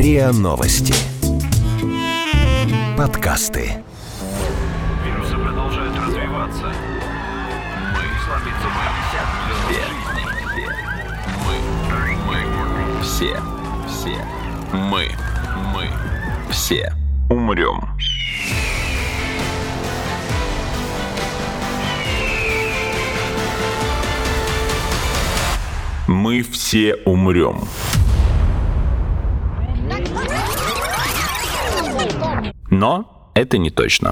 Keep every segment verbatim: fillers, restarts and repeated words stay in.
РИА Новости. Подкасты. Вирусы продолжают развиваться. Мы слабится мы. Все. Все. Мы. Мы. Все умрем. Мы все умрем. Но это не точно.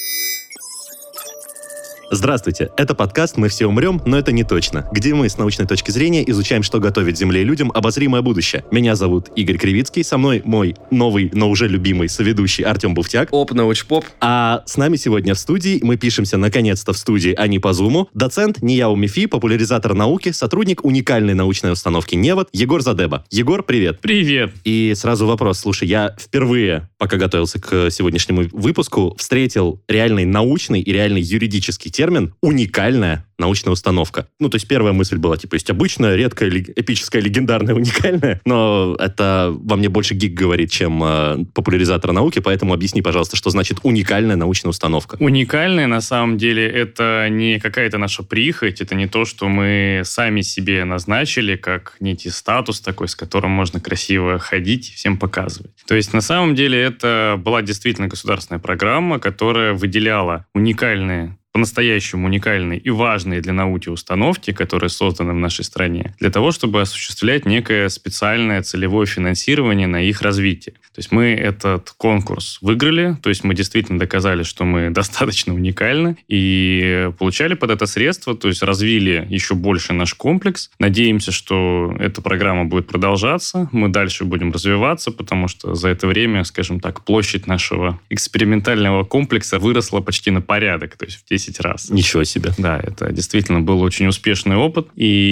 Здравствуйте, это подкаст «Мы все умрем, но это не точно», где мы с научной точки зрения изучаем, что готовит Земле и людям обозримое будущее. Меня зовут Игорь Кривицкий, со мной мой новый, но уже любимый соведущий Артем Буфтяк. Оп, научпоп. А с нами сегодня в студии, мы пишемся наконец-то в студии, а не по зуму, доцент НИЯУ МИФИ, популяризатор науки, сотрудник уникальной научной установки Невод Егор Задеба. Егор, привет. Привет. И сразу вопрос. Слушай, я впервые, пока готовился к сегодняшнему выпуску, встретил реальный научный и реальный юридический термин термин «уникальная научная установка». Ну, то есть первая мысль была, типа, есть обычная, редкая, эпическая, легендарная, уникальная, но это во мне больше гик говорит, чем э, популяризатор науки, поэтому объясни, пожалуйста, что значит уникальная научная установка. Уникальная, на самом деле, это не какая-то наша прихоть, это не то, что мы сами себе назначили, как некий статус такой, с которым можно красиво ходить и всем показывать. То есть, на самом деле, это была действительно государственная программа, которая выделяла уникальные по-настоящему уникальные и важные для науки установки, которые созданы в нашей стране, для того, чтобы осуществлять некое специальное целевое финансирование на их развитие. То есть мы этот конкурс выиграли, то есть мы действительно доказали, что мы достаточно уникальны, и получали под это средства, то есть развили еще больше наш комплекс. Надеемся, что эта программа будет продолжаться, мы дальше будем развиваться, потому что за это время, скажем так, площадь нашего экспериментального комплекса выросла почти на порядок, то есть в десять раз. Ничего себе. Да, это действительно был очень успешный опыт.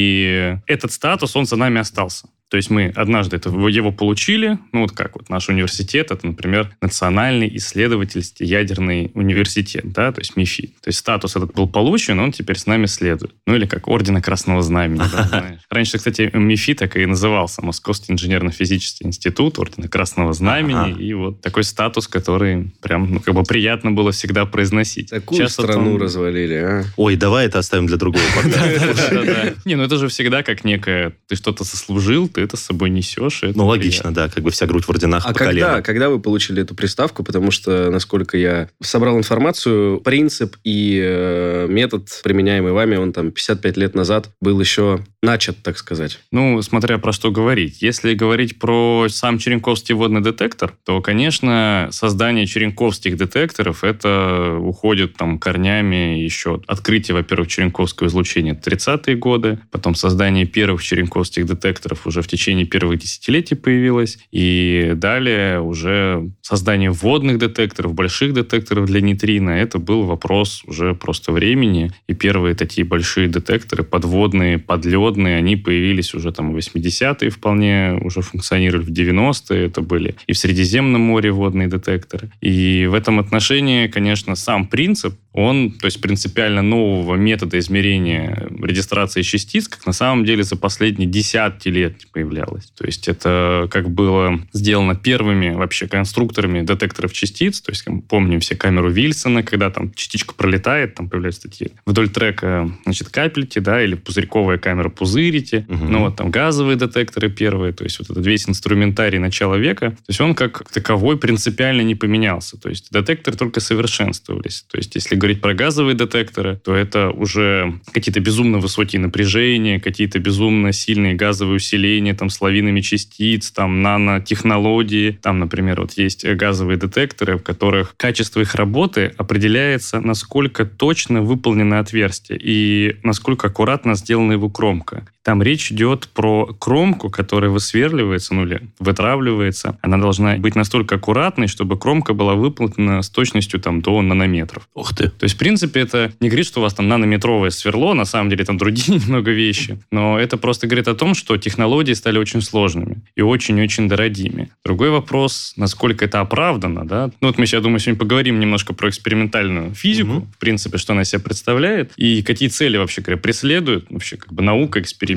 И этот статус, он за нами остался. То есть мы однажды это, его получили, ну вот как вот наш университет, это, например, Национальный исследовательский ядерный университет, да, то есть МИФИ. То есть статус этот был получен, он теперь с нами следует. Ну или как Ордена Красного Знамени. Да, знаешь. Раньше, кстати, МИФИ так и назывался, Московский инженерно-физический институт Ордена Красного Знамени, ага. И вот такой статус, который прям, ну как бы приятно было всегда произносить. Такую Сейчас страну он... развалили, а? Ой, давай это оставим для другого подкаста. Не, ну это же всегда как некое, ты что-то заслужил, ты это с собой несешь. Ну, логично, приятно. Да, как бы вся грудь в орденах а по когда, колено. когда вы получили эту приставку? Потому что, насколько я собрал информацию, принцип и э, метод, применяемый вами, он там пятьдесят пять лет назад был еще начат, так сказать. Ну, смотря про что говорить. Если говорить про сам черенковский водный детектор, то, конечно, создание черенковских детекторов, это уходит там корнями еще открытие, во-первых, черенковского излучения тридцатые годы, потом создание первых черенковских детекторов уже в течение первых десятилетий появилось, и далее уже создание водных детекторов, больших детекторов для нейтрино, это был вопрос уже просто времени, и первые такие большие детекторы, подводные, подледные, они появились уже там в восьмидесятые вполне, уже функционировали в девяностые, это были и в Средиземном море водные детекторы. И в этом отношении, конечно, сам принцип, он, то есть принципиально нового метода измерения регистрации частиц, как на самом деле за последние десятки лет появлялось. То есть это как было сделано первыми вообще конструкторами детекторов частиц. То есть помним все камеру Вильсона, когда там частичка пролетает, там появляются такие вдоль трека, значит, капельки, да, или пузырьковая камера пузырики. Угу. Ну вот там газовые детекторы первые. То есть вот этот весь инструментарий начала века. То есть он как таковой принципиально не поменялся. То есть детекторы только совершенствовались. То есть если говорить про газовые детекторы, то это уже какие-то безумно высокие напряжения, какие-то безумно сильные газовые усиления там, с лавинами частиц, там, нанотехнологии. Там, например, вот есть газовые детекторы, в которых качество их работы определяется, насколько точно выполнено отверстие и насколько аккуратно сделана его кромка. Там речь идет про кромку, которая высверливается, ну или вытравливается. Она должна быть настолько аккуратной, чтобы кромка была выполнена с точностью там, до нанометров. Ух ты! То есть, в принципе, это не говорит, что у вас там нанометровое сверло, на самом деле там другие немного вещи, но это просто говорит о том, что технологии стали очень сложными и очень-очень дорогими. Другой вопрос, насколько это оправдано, да? Ну вот мы сейчас, думаю, сегодня поговорим немножко про экспериментальную физику, mm-hmm. в принципе, что она себя представляет и какие цели вообще говоря, преследует вообще как бы наука, эксперимент,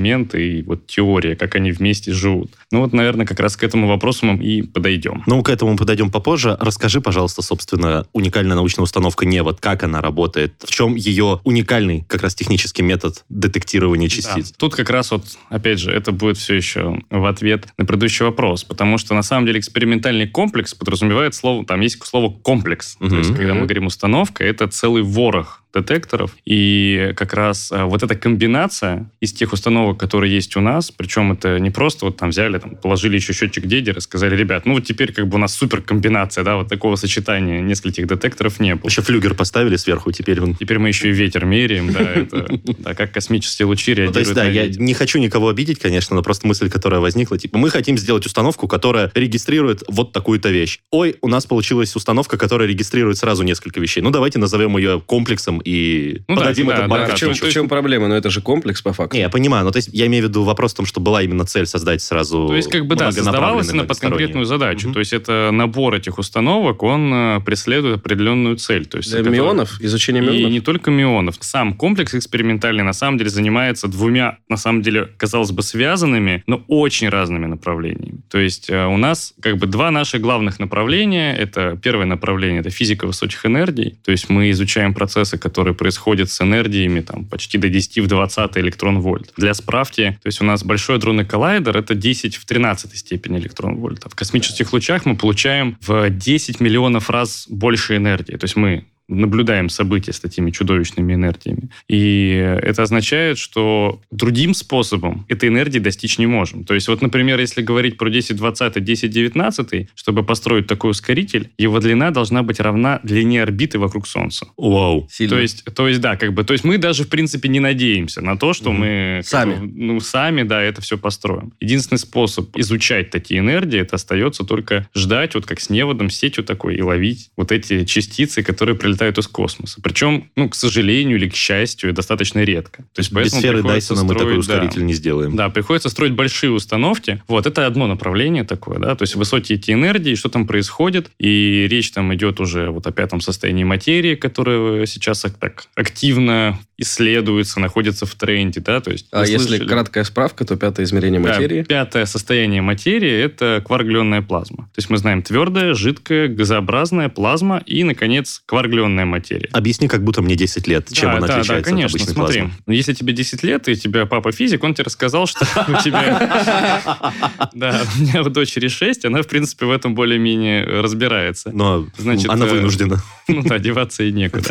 эксперименты и вот теория, как они вместе живут. Ну вот, наверное, как раз к этому вопросу мы и подойдем. Ну, к этому подойдем попозже. Расскажи, пожалуйста, собственно, уникальная научная установка Невод, как она работает, в чем ее уникальный как раз технический метод детектирования частиц. Да. Тут как раз вот, опять же, это будет все еще в ответ на предыдущий вопрос, потому что на самом деле экспериментальный комплекс подразумевает слово, там есть слово комплекс. Uh-huh. То есть, когда мы говорим установка, это целый ворох детекторов, и как раз а, вот эта комбинация из тех установок, которые есть у нас, причем это не просто вот там взяли, там, положили еще счетчик Гейгера и сказали, ребят, ну вот теперь как бы у нас суперкомбинация, да, вот такого сочетания нескольких детекторов не было. Еще флюгер поставили сверху, теперь... Теперь мы еще и ветер меряем, да, это да, как космические лучи реагируют. Ну, то есть, да, я не хочу никого обидеть, конечно, но просто мысль, которая возникла, типа, мы хотим сделать установку, которая регистрирует вот такую-то вещь. Ой, у нас получилась установка, которая регистрирует сразу несколько вещей. Ну, давайте назовем ее комплексом и ну, подадим да, это да, банку. да, в, чем, есть... в чем проблема? Ну, это же комплекс, по факту. Не, я понимаю. Ну, то есть, я имею в виду вопрос в том, что была именно цель создать сразу То есть, как бы, да, создавалась она под конкретную задачу. Угу. То есть, это набор этих установок, он преследует определенную цель. То есть, Для это мионов? Изучение мионов? И не только мионов. Сам комплекс экспериментальный, на самом деле, занимается двумя, на самом деле, казалось бы, связанными, но очень разными направлениями. То есть, у нас, как бы, два наших главных направления. Это первое направление, это физика высоких энергий. То есть, мы изучаем процессы, которые происходят с энергиями там, почти до десять в двадцать электрон-вольт. Для справки, то есть у нас большой адронный коллайдер это десять в тринадцатой степени электрон-вольта. В космических лучах мы получаем в десять миллионов раз больше энергии. То есть мы наблюдаем события с такими чудовищными энергиями. И это означает, что другим способом этой энергии достичь не можем. То есть, вот, например, если говорить про десять в двадцатой, десять в девятнадцатой, чтобы построить такой ускоритель, его длина должна быть равна длине орбиты вокруг Солнца. Вау. Сильно. То есть, то есть, да, как бы, то есть мы даже, в принципе, не надеемся на то, что mm-hmm. мы... Сами. Бы, ну, сами, да, это все построим. Единственный способ изучать такие энергии, это остается только ждать, вот как с неводом, сетью такой, и ловить вот эти частицы, которые прилетают из космоса. Причем, ну, к сожалению или к счастью, достаточно редко. То есть, без сферы Дайсона мы такой ускоритель да, не сделаем. Да, приходится строить большие установки. Вот, это одно направление такое, да, то есть высокие эти энергии, что там происходит, и речь там идет уже вот о пятом состоянии материи, которое сейчас так активно исследуется, находится в тренде, да, то есть... А если слышали? Краткая справка, то пятое измерение материи? Да, пятое состояние материи – это кварк-глионная плазма. То есть мы знаем твердая, жидкая, газообразная плазма и, наконец, кварк-глионная материя. Объясни, как будто мне десять лет. Чем да, она да, отличается да, конечно, от обычной смотри, плазмы? Если тебе десять лет, и у тебя папа физик, он тебе рассказал, что у тебя... Да, у меня у дочери шесть, она, в принципе, в этом более-менее разбирается. Но она вынуждена. Ну да, деваться и некуда.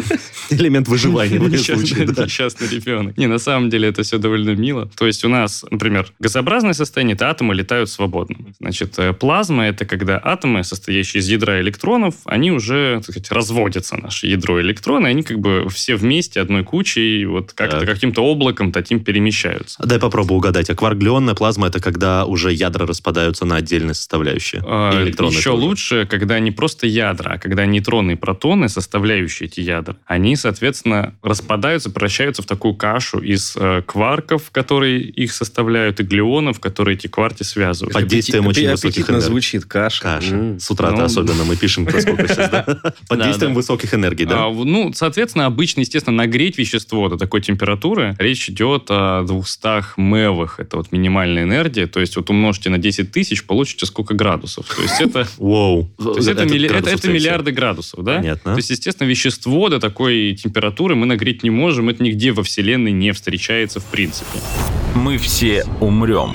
Элемент выживания в этом случае. Несчастный ребенок. Не, на самом деле это все довольно мило. То есть у нас, например, газообразное состояние – это атомы летают свободно. Значит, плазма – это когда атомы, состоящие из ядра электронов, они уже, так сказать, разводятся, наше ядро электроны, они как бы все вместе одной кучей, вот как-то каким-то облаком таким перемещаются. Дай попробую угадать. А кварк-глионная плазма – это когда уже ядра распадаются на отдельные составляющие? А, еще лучше, когда не просто ядра, а когда нейтроны и протоны, составляющие эти ядра, они, соответственно, распадаются, превращаются в такую кашу из э, кварков, которые их составляют, и глионов, которые эти кварки связывают. Под действием Аппети- очень высоких энергий. Звучит каша. Каша. Mm. С утра-то ну, особенно мы пишем про сколько сейчас, да? Под действием высоких энергий, да? А, ну, соответственно, обычно, естественно, нагреть вещество до такой температуры, речь идет о двухстах мевах. Это вот минимальная энергия. То есть вот умножьте на десять тысяч, получите сколько градусов. То есть это... Воу. То есть это миллиарды градусов, да? Понятно. То есть, естественно, вещество до такой температуры мы нагреть не можем. Это нигде во Вселенной не встречается в принципе. Мы все умрем.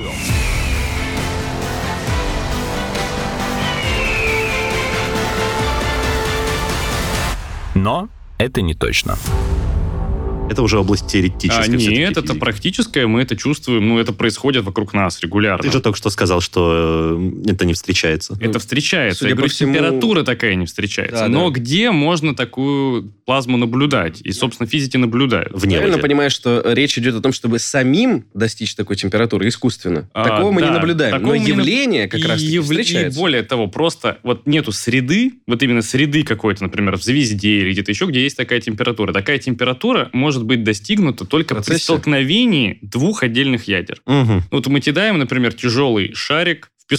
Но это не точно. Это уже область теоретической. А, нет, это практическое, мы это чувствуем, ну, это происходит вокруг нас регулярно. Ты же только что сказал, что это не встречается. Это встречается. Судя Я говорю, по всему... температура такая не встречается. Да, Но да. где можно такую плазму наблюдать? И, собственно, физики наблюдают. В Правильно неводе. понимаешь, что речь идет о том, чтобы самим достичь такой температуры искусственно? А, Такого мы да, не наблюдаем. такого Но мы не наб- явление как и раз-таки яв- встречается. И более того, просто вот нету среды, вот именно среды какой-то, например, в звезде или где-то еще, где есть такая температура. Такая температура может быть достигнута только при Процессе. столкновении двух отдельных ядер. Угу. Вот мы кидаем, например, тяжелый шарик в песок.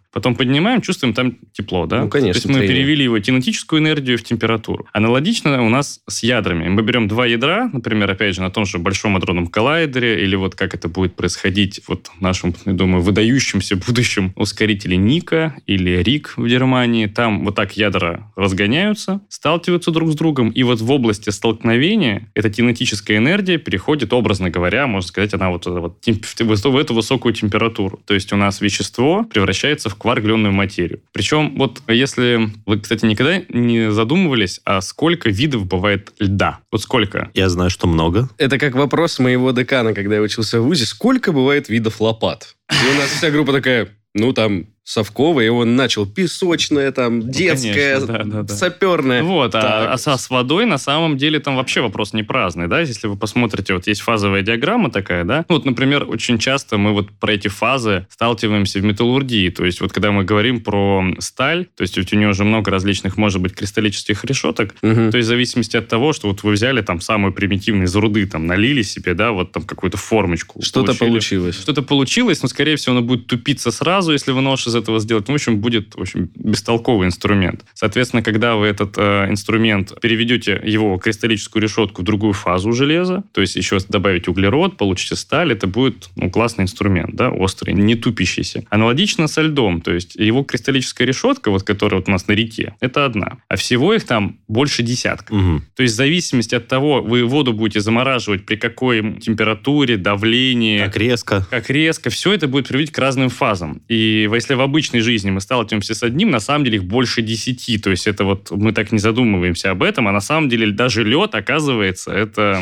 Потом поднимаем, чувствуем там тепло, да? Ну, конечно. То есть мы трение. перевели его кинетическую энергию в температуру. Аналогично у нас с ядрами. Мы берем два ядра, например, опять же, на том же Большом адронном коллайдере, или вот как это будет происходить вот в нашем, я думаю, выдающемся будущем ускорителе Ника или РИК в Германии. Там вот так ядра разгоняются, сталкиваются друг с другом, и вот в области столкновения эта кинетическая энергия переходит, образно говоря, можно сказать, она вот, вот в эту высокую температуру. То есть у нас вещество превращается в кваргленную материю. Причем вот если вы, кстати, никогда не задумывались, а сколько видов бывает льда? Вот сколько? Я знаю, что много. Это как вопрос моего декана, когда я учился в ВУЗе. Сколько бывает видов лопат? И у нас вся группа такая, ну, там, совковая, и он начал песочная, там, Ну, детская, конечно, да, да, да. саперная. Вот, а, Так. а со- с водой на самом деле там вообще вопрос не праздный, да, если вы посмотрите, вот есть фазовая диаграмма такая, да, ну, вот, например, очень часто мы вот про эти фазы сталкиваемся в металлургии, то есть вот когда мы говорим про сталь, то есть ведь у нее уже много различных, может быть, кристаллических решеток, Мгм. то есть в зависимости от того, что вот вы взяли там самую примитивную из руды, там, налили себе, да, вот там какую-то формочку. Что-то получили. получилось. Что-то получилось, но, скорее всего, оно будет тупиться сразу, если вы нож из этого сделать. Ну, в общем, будет, в общем, бестолковый инструмент. Соответственно, когда вы этот э, инструмент переведете его кристаллическую решетку в другую фазу железа, то есть еще добавите углерод, получите сталь, это будет, ну, классный инструмент, да, острый, не тупящийся. Аналогично со льдом, то есть его кристаллическая решетка, вот которая вот у нас на реке, это одна. А всего их там больше десятка. Угу. То есть в зависимости от того, вы воду будете замораживать при какой температуре, давлении, Как резко. как резко, все это будет приводить к разным фазам. И если в обычной жизни мы сталкиваемся с одним, на самом деле их больше десяти. То есть это вот мы так не задумываемся об этом, а на самом деле даже лед, оказывается, это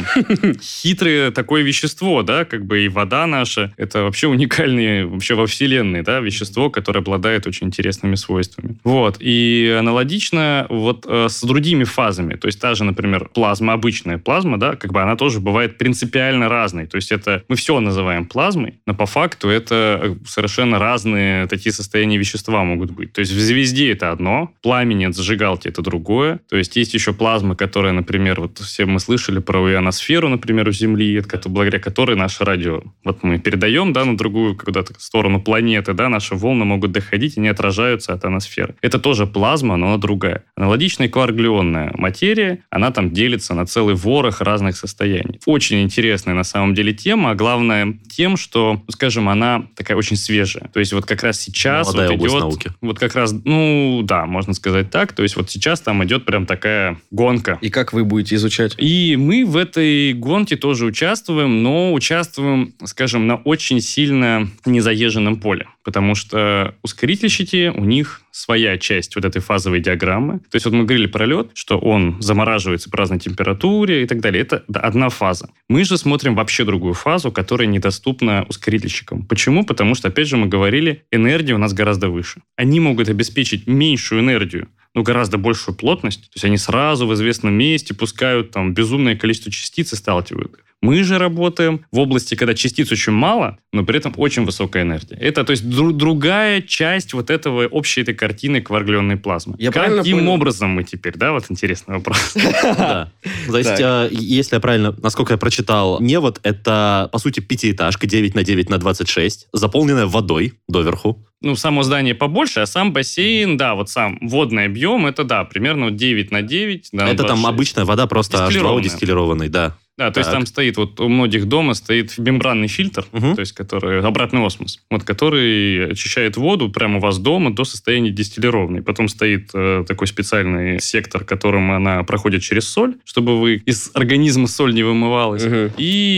хитрое такое вещество, да, как бы и вода наша, это вообще уникальное вообще во Вселенной, да, вещество, которое обладает очень интересными свойствами. Вот. И аналогично вот э, с другими фазами. То есть та же, например, плазма, обычная плазма, да, как бы она тоже бывает принципиально разной. То есть это мы все называем плазмой, но по факту это совершенно разные такие состояния вещества могут быть. То есть в звезде это одно, пламени от зажигалки это другое. То есть есть еще плазмы, которые, например, вот все мы слышали про ионосферу, например, у Земли, благодаря которой наше радио вот мы передаем, да, на другую куда-то сторону планеты, да, наши волны могут доходить и не отражаются от ионосферы. Это тоже плазма, но она другая. Аналогичная кварглионная материя, она там делится на целый ворох разных состояний. Очень интересная на самом деле тема, а главное тем, что, скажем, она такая очень свежая. То есть вот как раз сейчас Молодая вот область идет... науки. Вот как раз, ну, да, можно сказать так. То есть вот сейчас там идет прям такая гонка. И как вы будете изучать? И мы в этой гонке тоже участвуем, но участвуем, скажем, на очень сильно незаезженном поле. Потому что ускорительщики, у них своя часть вот этой фазовой диаграммы. То есть вот мы говорили про лед, что он замораживается при разной температуре и так далее. Это одна фаза. Мы же смотрим вообще другую фазу, которая недоступна ускорительщикам. Почему? Потому что, опять же, мы говорили, энергия у нас гораздо выше. Они могут обеспечить меньшую энергию, но гораздо большую плотность. То есть они сразу в известном месте пускают там безумное количество частиц и сталкивают их. Мы же работаем в области, когда частиц очень мало, но при этом очень высокая энергия. Это, то есть, дру- другая часть вот этого общей этой картины кваргленной плазмы. Я правильно Каким понял? образом мы теперь, да, вот интересный вопрос. Да. То есть, Так. а, если я правильно, насколько я прочитал, невод — это, по сути, пятиэтажка девять на девять на двадцать шесть, заполненная водой доверху. Ну, само здание побольше, а сам бассейн, да, вот сам водный объем, это, да, примерно вот девять на девять. Да, на Это там двадцать шесть. обычная вода, просто эйч два о Дистиллированная. дистиллированной, да. Да, то есть Так. там стоит, вот у многих дома стоит мембранный фильтр, Мгм. то есть который обратный осмос, вот, который очищает воду прямо у вас дома до состояния дистиллированной. Потом стоит э, такой специальный сектор, которым она проходит через соль, чтобы вы из организма соль не вымывалась. Мгм.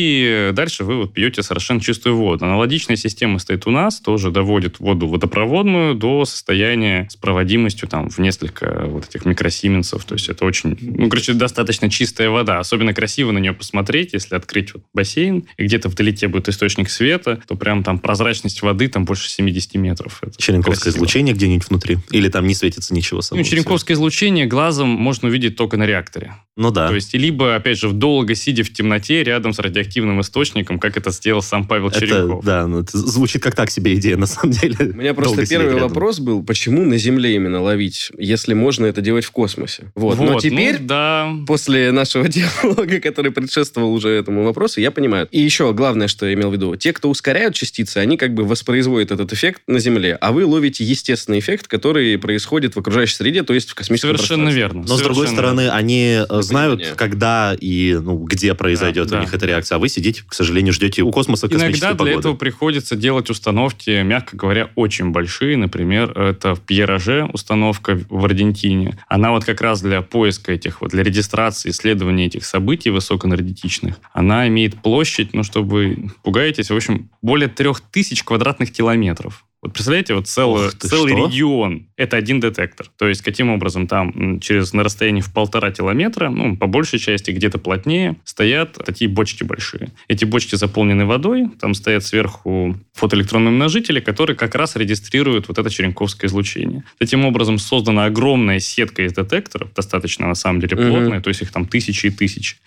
И дальше вы вот пьете совершенно чистую воду. Аналогичная система стоит у нас, тоже доводит воду водопроводную до состояния с проводимостью там в несколько вот этих микросименсов. То есть это очень, ну, короче, достаточно чистая вода. Особенно красиво на нее посмотреть, если открыть вот бассейн, и где-то вдалеке будет источник света, то прям там прозрачность воды там больше семьдесят метров. Это Черенковское красиво. излучение где-нибудь внутри. Или там не светится ничего само. Ну, черенковское излучение глазом можно увидеть только на реакторе. Ну да. То есть, либо, опять же, долго сидя в темноте рядом с радиоактивным источником, как это сделал сам Павел Это, Черенков. да, ну, это звучит как так себе идея, на самом деле. У меня просто Долго первый сидеть рядом. вопрос был, почему на Земле именно ловить, если можно это делать в космосе? Вот. Но Вот, теперь, ну, да. после нашего диалога, который предшествовал предшествовал уже этому вопросу, я понимаю. И еще главное, что я имел в виду. Те, кто ускоряют частицы, они как бы воспроизводят этот эффект на Земле, а вы ловите естественный эффект, который происходит в окружающей среде, то есть в космическом Совершенно пространстве. верно. Но, Совершенно с другой стороны, верно. они Для знают, понимания. когда и ну, где произойдет Да, у да. них эта реакция, а вы сидите, к сожалению, ждете у космоса космической Иногда погоды. для этого приходится делать установки, мягко говоря, очень большие. Например, это в Пьераже установка в Аргентине. Она вот как раз для поиска этих, вот для регистрации, исследования этих событий высокоэнергетичных, она имеет площадь, ну, чтобы вы пугаетесь, в общем, более трех тысяч квадратных километров. Вот представляете, вот целый, Ух ты, целый что? регион. Это один детектор. То есть, каким образом там м, через на расстоянии в полтора километра, ну, по большей части, где-то плотнее, стоят такие бочки большие. Эти бочки заполнены водой, там стоят сверху фотоэлектронные умножители, которые как раз регистрируют вот это черенковское излучение. Таким образом, создана огромная сетка из детекторов, достаточно, на самом деле, плотная, Мгм. то есть их там тысячи и тысячи.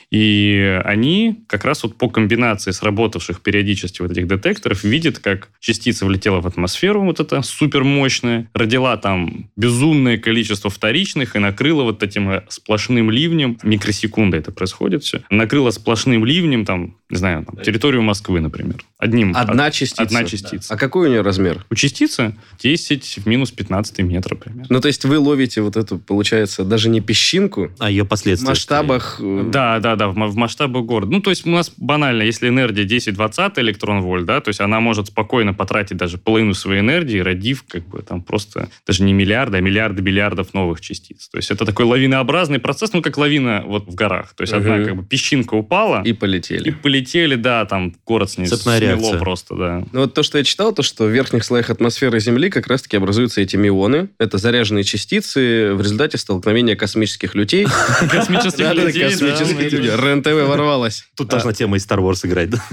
И они как раз вот по комбинации сработавших периодичности вот этих детекторов видят, как частица влетела в атмосферу, вот эта супермощная, родила там безумное количество вторичных и накрыла вот этим сплошным ливнем, микросекунды это происходит все, накрыла сплошным ливнем там, не знаю, там, территорию Москвы, например. Одним. Одна од- частица? Одна частица. А какой у нее размер? У частицы десять в минус пятнадцать метра примерно. Ну, то есть вы ловите вот эту, получается, даже не песчинку, А ее в последствия. масштабах... э, Да, да, да, в, ма- в масштабах города. Ну, то есть у нас банально, если энергия десять-двадцать электрон-вольт, да, то есть она может спокойно потратить даже половину своей энергии, родив как бы там просто даже не миллиарды, а миллиарды миллиардов новых частиц. То есть это такой лавинообразный процесс, ну, как лавина вот в горах. То есть одна Мгм. как бы песчинка упала, И и полетели. полетели, да, там город с ней Цепная смело реакция. просто, да. Ну, вот то, что я читал, то, что в верхних слоях атмосферы Земли как раз-таки образуются эти мионы. Это заряженные частицы в результате столкновения космических людей. Космических Да-да, людей, да, космические мы- люди. РЕН-ТВ ворвалась. Тут должна тема из Star Wars играть, да?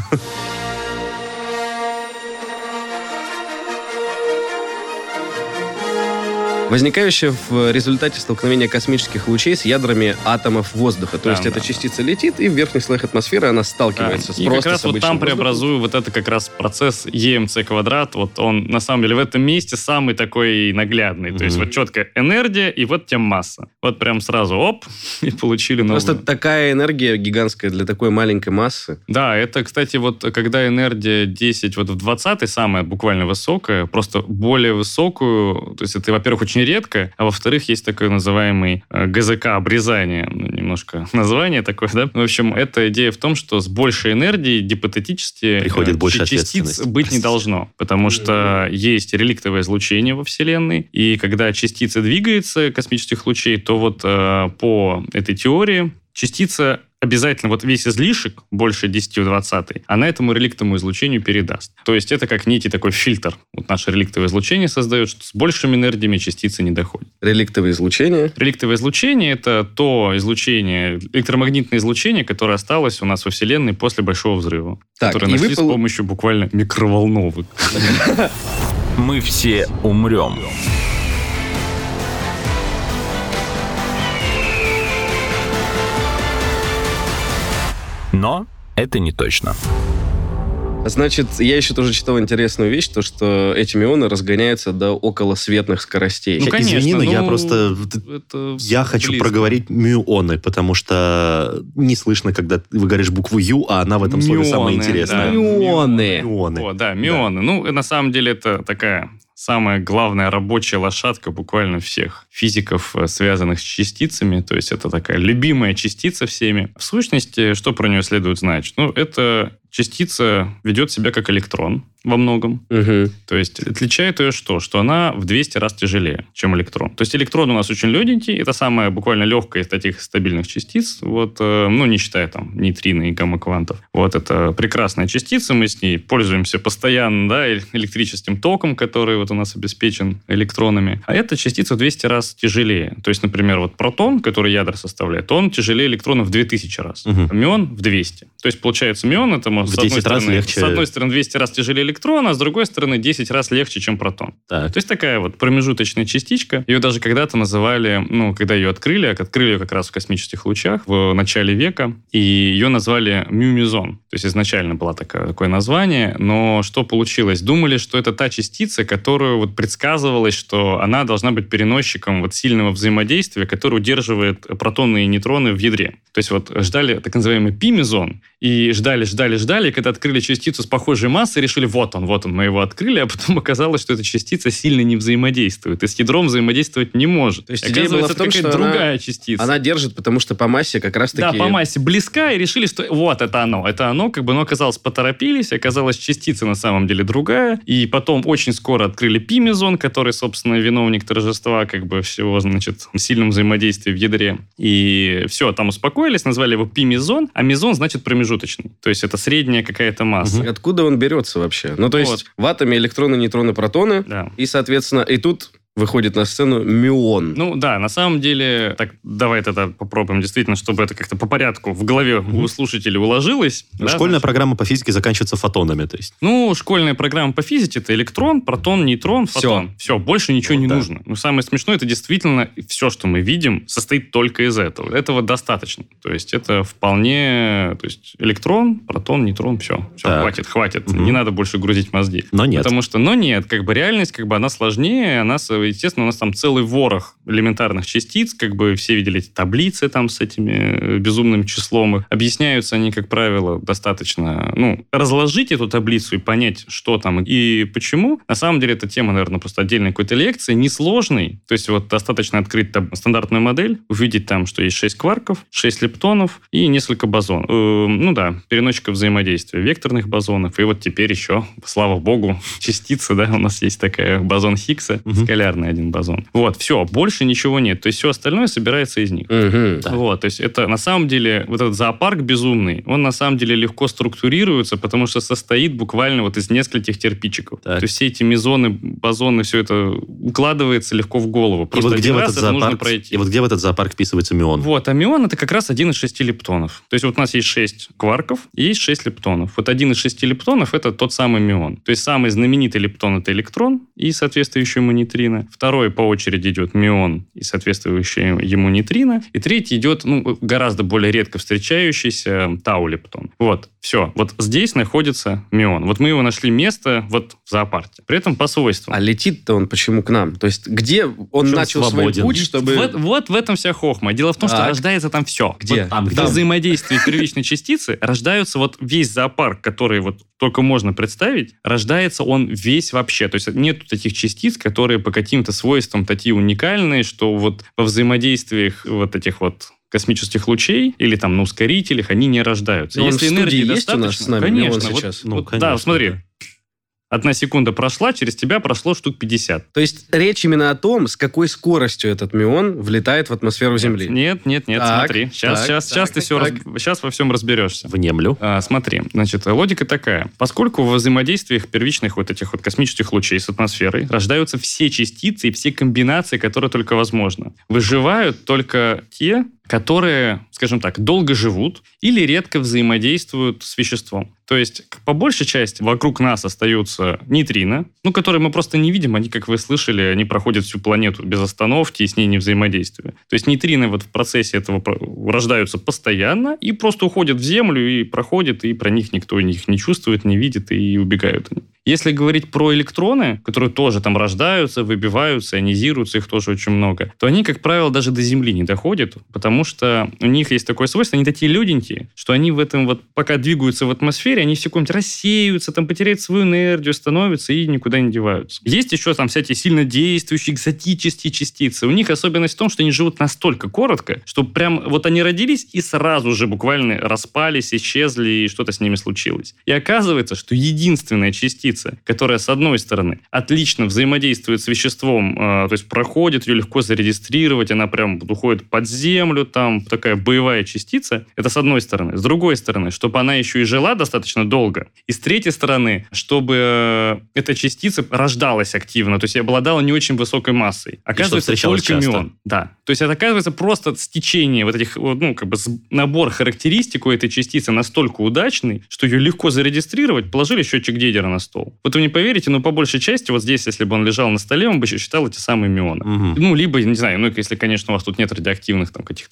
Возникающая в результате столкновения космических лучей с ядрами атомов воздуха. То Да, есть да, эта да. частица летит, и в верхних слоях атмосферы она Да. сталкивается с И просто как раз с вот обычным там воздухом. преобразую вот это как раз процесс и эм цэ квадрат. Вот он, на самом деле, в этом месте самый такой наглядный. То есть Мгм. вот четкая энергия и вот тем масса. Вот прям сразу оп, и получили новую. Просто такая энергия гигантская для такой маленькой массы. Да, это, кстати, вот когда энергия десять вот в двадцатой, самая буквально высокая, просто более высокую, то есть это, во-первых, очень редко, а во-вторых, есть такой называемый э, гэ зэ ка обрезание, ну, немножко название такое, да? В общем, эта идея в том, что с большей энергией гипотетически Приходит э, больше частиц ответственности. быть не должно, потому что есть реликтовое излучение во Вселенной, и когда частица двигается космических лучей, то вот э, по этой теории частица обязательно вот весь излишек, больше десять в двадцатой, она этому реликтовому излучению передаст. То есть это как некий такой фильтр. Вот наше реликтовое излучение создает, что с большими энергиями частицы не доходят. Реликтовое излучение. Реликтовое излучение — это то излучение, электромагнитное излучение, которое осталось у нас во Вселенной после Большого взрыва, Так, которое и вы нашли с пол- помощью буквально микроволновок. Мы все умрем. Но это не точно. Значит, я еще тоже читал интересную вещь, то, что эти мионы разгоняются до околосветных скоростей. Ну, Ща, конечно, извини, но я ну, просто... Это Я хочу близко. проговорить мюоны, потому что не слышно, когда ты говоришь букву «ю», а она в этом слове самая Мионы, интересная. да. Мионы. Мюоны. О, да, мионы. Ну, на самом деле, это такая самая главная рабочая лошадка буквально всех физиков, э, связанных с частицами. То есть это такая любимая частица всеми. В сущности, что про нее следует знать? Ну, это частица ведет себя как электрон во многом. Мгм. То есть отличает ее что? Что она в двести раз тяжелее, чем электрон. То есть электрон у нас очень легенький, это самая буквально легкая из таких стабильных частиц, вот, э, ну, не считая там нейтрино и гамма-квантов. Вот, это прекрасная частица, мы с ней пользуемся постоянно, да, э- электрическим током, который вот у нас обеспечен электронами. А эта частица в двести раз тяжелее. То есть, например, вот протон, который ядра составляет, он тяжелее электрона в две тысячи раз. Мгм. А мион в двести. То есть, получается, мион это может, В с одной десять раз стороны, легче. с одной стороны, двести раз тяжелее электрона, а с другой стороны, десять раз легче, чем протон. Так. То есть такая вот промежуточная частичка. Ее даже когда-то называли, ну, когда ее открыли, открыли ее как раз в космических лучах в начале века, и ее назвали мюмезон. То есть изначально было такое, такое название, но что получилось? Думали, что это та частица, которую вот предсказывалось, что она должна быть переносчиком вот сильного взаимодействия, который удерживает протоны и нейтроны в ядре. То есть вот ждали так называемый пи-мезон, и ждали, ждали, ждали, и когда открыли частицу с похожей массой, решили, вот он, вот он, мы его открыли, а потом оказалось, что эта частица сильно не взаимодействует, и с ядром взаимодействовать не может. То есть идея Оказывается, была в том, это какая-то что другая она, частица. Она держит, потому что по массе как раз-таки... Да, по массе близка, и решили, что вот это оно, это оно, как бы, но оказалось, поторопились, оказалось, частица на самом деле другая, и потом очень скоро открыли пи-мезон, который, собственно, виновник торжества, как бы, всего, значит, сильном взаимодействии в ядре. И все, там успокоились, назвали его пи-мезон, а мезон значит промежуточный. То есть это средняя какая-то масса. Угу. Откуда он берется вообще? Ну, то Вот. есть в атоме электроны, нейтроны, протоны, Да. и, соответственно, и тут выходит на сцену мюон. Ну да, на самом деле, так давай тогда попробуем действительно, чтобы это как-то по порядку в голове mm-hmm. у слушателей уложилось. Ну, да, школьная значит? программа по физике заканчивается фотонами, то есть. Ну, школьная программа по физике — это электрон, протон, нейтрон, фотон. Все, все больше ничего Ну, не да. нужно. Но самое смешное, это действительно все, что мы видим, состоит только из этого. Этого достаточно. То есть это вполне... То есть электрон, протон, нейтрон, все. Все, Так. хватит, хватит. Mm-hmm. Не надо больше грузить мозги. Но нет. Потому что, но нет, как бы реальность, как бы она сложнее, она, естественно, у нас там целый ворох элементарных частиц, как бы все видели эти таблицы там с этими безумным числом. Объясняются они, как правило, достаточно, ну, разложить эту таблицу и понять, что там и почему. На самом деле, эта тема, наверное, просто отдельной какой-то лекции, несложной. То есть вот достаточно открыть там стандартную модель, увидеть там, что есть шесть кварков, шесть лептонов и несколько бозонов. Э, ну да, переносчиков взаимодействия, векторных бозонов. И вот теперь еще, слава богу, частица, да, у нас есть такая бозон Хиггса, Мгм. скалярный один бозон. Вот, все, больше ничего нет. То есть все остальное собирается из них. Угу. Да. Вот, то есть это на самом деле, вот этот зоопарк безумный, он на самом деле легко структурируется, потому что состоит буквально вот из нескольких кирпичиков. Так. То есть все эти мезоны, бозоны, все это укладывается легко в голову. И Просто вот, где один в раз этот это нужно зоопарк, пройти. и вот где в этот зоопарк вписывается мюон? Вот, а мюон это как раз один из шести лептонов. То есть вот у нас есть шесть кварков и есть шесть лептонов. Вот один из шести лептонов это тот самый мюон. То есть самый знаменитый лептон это электрон и соответствующий ему нейтрино. Второй по очереди идет мюон и соответствующий ему нейтрино. И третий идет, ну, гораздо более редко встречающийся тау-лептон. Вот, все. Вот здесь находится мюон. Вот мы его нашли место вот в зоопарке. При этом по свойствам. А летит-то он почему к нам? То есть где он Причем начал свободен. свой путь, чтобы... Вот, вот в этом вся хохма. Дело в том, что Так. рождается там все. Где? Вот Там, в где? взаимодействии первичной частицы рождаются вот весь зоопарк, который вот только можно представить, рождается он весь вообще. То есть нет таких частиц, которые по каким-то свойствам такие уникальные, что вот во взаимодействиях вот этих вот космических лучей или там на ускорителях они не рождаются. Но он Если в студии энергии есть у достаточно, нас с нами, конечно. Мюон Вот- сейчас? Ну, вот, конечно, да, смотри. да. Одна секунда прошла, через тебя прошло штук пятьдесят. То есть речь именно о том, с какой скоростью этот мюон влетает в атмосферу Земли. Нет, нет, нет, Так, смотри. Сейчас, так, сейчас, так, сейчас ты так, все, так. разб- сейчас во всем разберешься. Внемлю. А, смотри, значит, логика такая. Поскольку во взаимодействиях первичных вот этих вот космических лучей с атмосферой рождаются все частицы и все комбинации, которые только возможно. Выживают только те, которые, скажем так, долго живут или редко взаимодействуют с веществом. То есть, по большей части, вокруг нас остаются нейтрино, ну, которые мы просто не видим. Они, как вы слышали, они проходят всю планету без остановки и с ней не взаимодействуют. То есть, нейтрино вот в процессе этого про- рождаются постоянно и просто уходят в Землю и проходят, и про них никто их не чувствует, не видит, и убегают они. Если говорить про электроны, которые тоже там рождаются, выбиваются, ионизируются, их тоже очень много, то они, как правило, даже до Земли не доходят, потому что у них есть такое свойство, они такие легенькие, что они в этом вот, пока двигаются в атмосфере, они все каком-нибудь рассеются, там потеряют свою энергию, становятся и никуда не деваются. Есть еще там всякие сильно действующие экзотические частицы. У них особенность в том, что они живут настолько коротко, что прям вот они родились и сразу же буквально распались, исчезли, и что-то с ними случилось. И оказывается, что единственная частица, которая, с одной стороны, отлично взаимодействует с веществом, э, то есть проходит, ее легко зарегистрировать, она прям уходит под землю, там такая боевая частица, это с одной стороны. С другой стороны, чтобы она еще и жила достаточно долго. И с третьей стороны, чтобы э, эта частица рождалась активно, то есть и обладала не очень высокой массой. Оказывается, встречалась только часто. мюон. Да. То есть это оказывается просто стечение вот этих, вот, ну, как бы с- набор характеристик у этой частицы настолько удачный, что ее легко зарегистрировать, положили счетчик Гейгера на стол. Вот вы не поверите, но по большей части вот здесь, если бы он лежал на столе, он бы еще считал эти самые мюоны. Мгм. Ну, либо, не знаю, ну, если, конечно, у вас тут нет радиоактивных там каких-то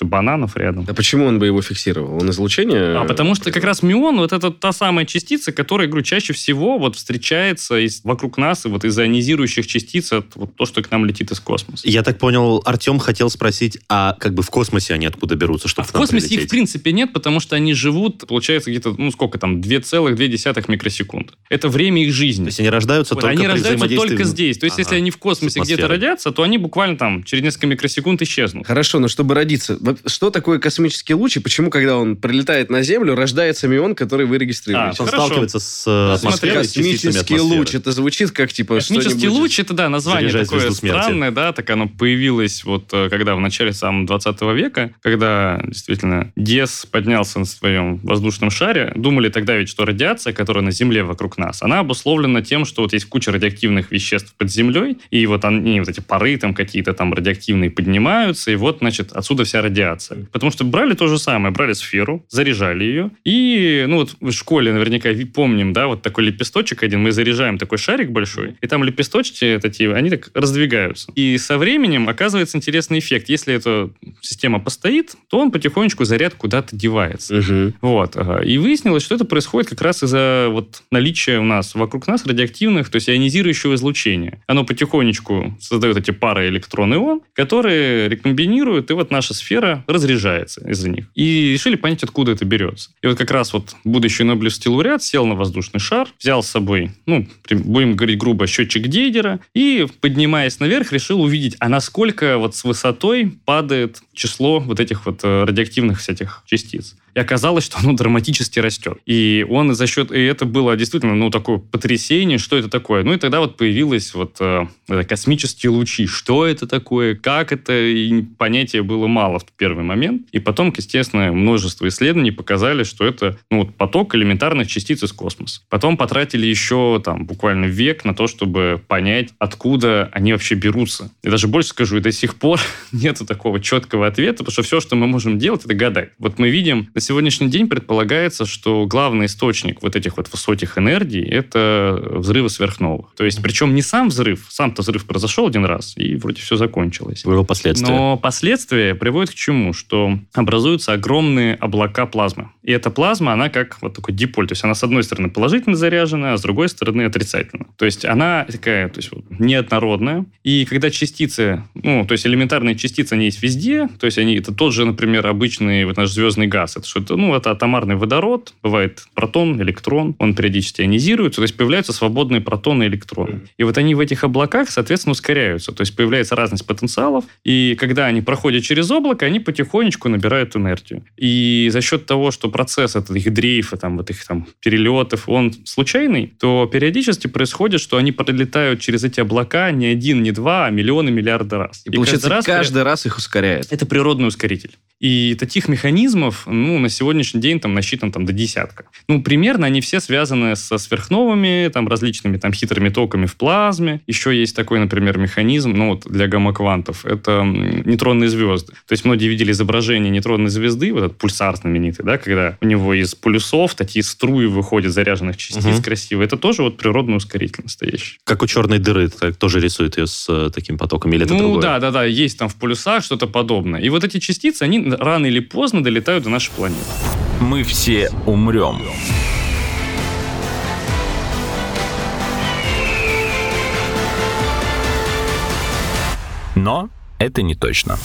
бананов рядом. А почему он бы его фиксировал? Он излучение? А потому что как раз мион, вот это та самая частица, которая, говорю, чаще всего вот встречается из, вокруг нас, и вот из ионизирующих частиц, это вот то, что к нам летит из космоса. Я так понял, Артем хотел спросить, а как бы в космосе они откуда берутся, чтобы а в космосе прилететь? их, в принципе, нет, потому что они живут, получается, где-то, ну, сколько там, две целых две десятых микросекунды. Это время их жизни. То есть они рождаются вот, только они при рождаются взаимодействии... только здесь. То есть, Ага, если они в космосе где-то родятся, то они буквально там через несколько микросекунд исчезнут. Хорошо, но чтобы родиться, что такое космический луч, и почему, когда он прилетает на Землю, рождается мион, который вы регистрируете? А, он хорошо. сталкивается с атмосферой, с частицами Космический атмосферы. луч, это звучит как, типа, Космический что-нибудь... луч, это, да, название Заряжай такое звезду смерти. странное, да, так оно появилось вот когда в начале самого двадцатого века, когда действительно Гесс поднялся на своем воздушном шаре, думали тогда ведь, что радиация, которая на Земле вокруг нас, она обусловлена тем, что вот есть куча радиоактивных веществ под землей, и вот они, вот эти пары там какие-то там радиоактивные поднимаются, и вот, значит, отсюда вся радиация. Потому что брали то же самое, брали сферу, заряжали ее, и, ну вот в школе наверняка помним, да, вот такой лепесточек один, мы заряжаем такой шарик большой, и там лепесточки такие, они так раздвигаются. И со временем оказывается интересный эффект. Если эта система постоит, то он потихонечку заряд куда-то девается. Угу. Вот. И выяснилось, что это происходит как раз из-за вот наличия у нас вокруг нас радиоактивных, то есть ионизирующего излучения. Оно потихонечку создает эти пары электрон-ион, которые рекомбинируют, и вот наша сфера разряжается из-за них. И решили понять, откуда это берется. И вот как раз вот будущий Нобелевский лауреат сел на воздушный шар, взял с собой, ну, будем говорить грубо, счетчик Гейгера, и, поднимаясь наверх, решил увидеть, а насколько вот с высотой падает число вот этих вот радиоактивных всяких частиц. И оказалось, что оно драматически растет. И он за счет... И это было действительно, ну, такое потрясение, что это такое. Ну, и тогда вот появилось вот э, космические лучи. Что это такое? Как это? И понятия было мало в первый момент. И потом, естественно, множество исследований показали, что это, ну, вот поток элементарных частиц из космоса. Потом потратили еще, там, буквально век на то, чтобы понять, откуда они вообще берутся. И даже больше скажу, и до сих пор нету такого четкого ответа, потому что все, что мы можем делать, это гадать. Вот мы видим... На сегодняшний день предполагается, что главный источник вот этих вот высоких энергий – это взрывы сверхновых. То есть, причем не сам взрыв, сам-то взрыв произошел один раз, и вроде все закончилось. Его последствия. Но последствия приводят к чему? Что образуются огромные облака плазмы. И эта плазма, она как вот такой диполь. То есть, она с одной стороны положительно заряжена, а с другой стороны отрицательно. То есть, она такая, то есть, вот, неоднородная. И когда частицы, ну, то есть, элементарные частицы, они есть везде. То есть, они, это тот же, например, обычный вот наш звездный газ. Это что, ну, это атомарный водород, бывает протон, электрон, он периодически ионизируется, то есть появляются свободные протоны и электроны. И вот они в этих облаках, соответственно, ускоряются, то есть появляется разность потенциалов, и когда они проходят через облако, они потихонечку набирают энергию. И за счет того, что процесс этот, их дрейфа, там, вот их там перелетов, он случайный, то периодически происходит, что они пролетают через эти облака не один, не два, а миллионы, миллиарды раз. И, и получается, каждый раз, каждый при... раз их ускоряет. Это природный ускоритель. И таких механизмов, ну, на сегодняшний день там насчитано там, до десятка. Ну, примерно они все связаны со сверхновыми, там, различными там, хитрыми токами в плазме. Еще есть такой, например, механизм, ну, вот для гамма-квантов. Это нейтронные звезды. То есть многие видели изображение нейтронной звезды, вот этот пульсар знаменитый, да, когда у него из полюсов такие струи выходят заряженных частиц угу. красивые. Это тоже вот природный ускоритель настоящий. Как у черной дыры, так, тоже рисует ее с э, таким потоком, или это ну, другое? Ну, да, да, да, есть там в полюсах что-то подобное. И вот эти частицы, они рано или поздно долетают до нашей планеты. Мы все умрем. Но это не точно.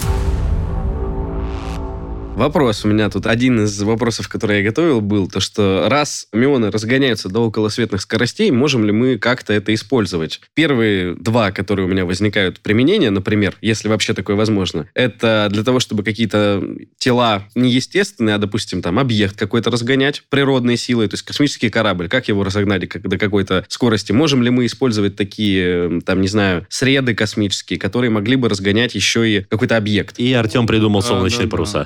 Вопрос у меня тут. Один из вопросов, который я готовил, был то, что раз мионы разгоняются до околосветных скоростей, можем ли мы как-то это использовать? Первые два, которые у меня возникают применения, например, если вообще такое возможно, это для того, чтобы какие-то тела неестественные, а, допустим, там, объект какой-то разгонять природной силой, то есть космический корабль, как его разогнали до какой-то скорости? Можем ли мы использовать такие, там, не знаю, среды космические, которые могли бы разгонять еще и какой-то объект? И Артем придумал солнечные а, да, паруса. Да, да,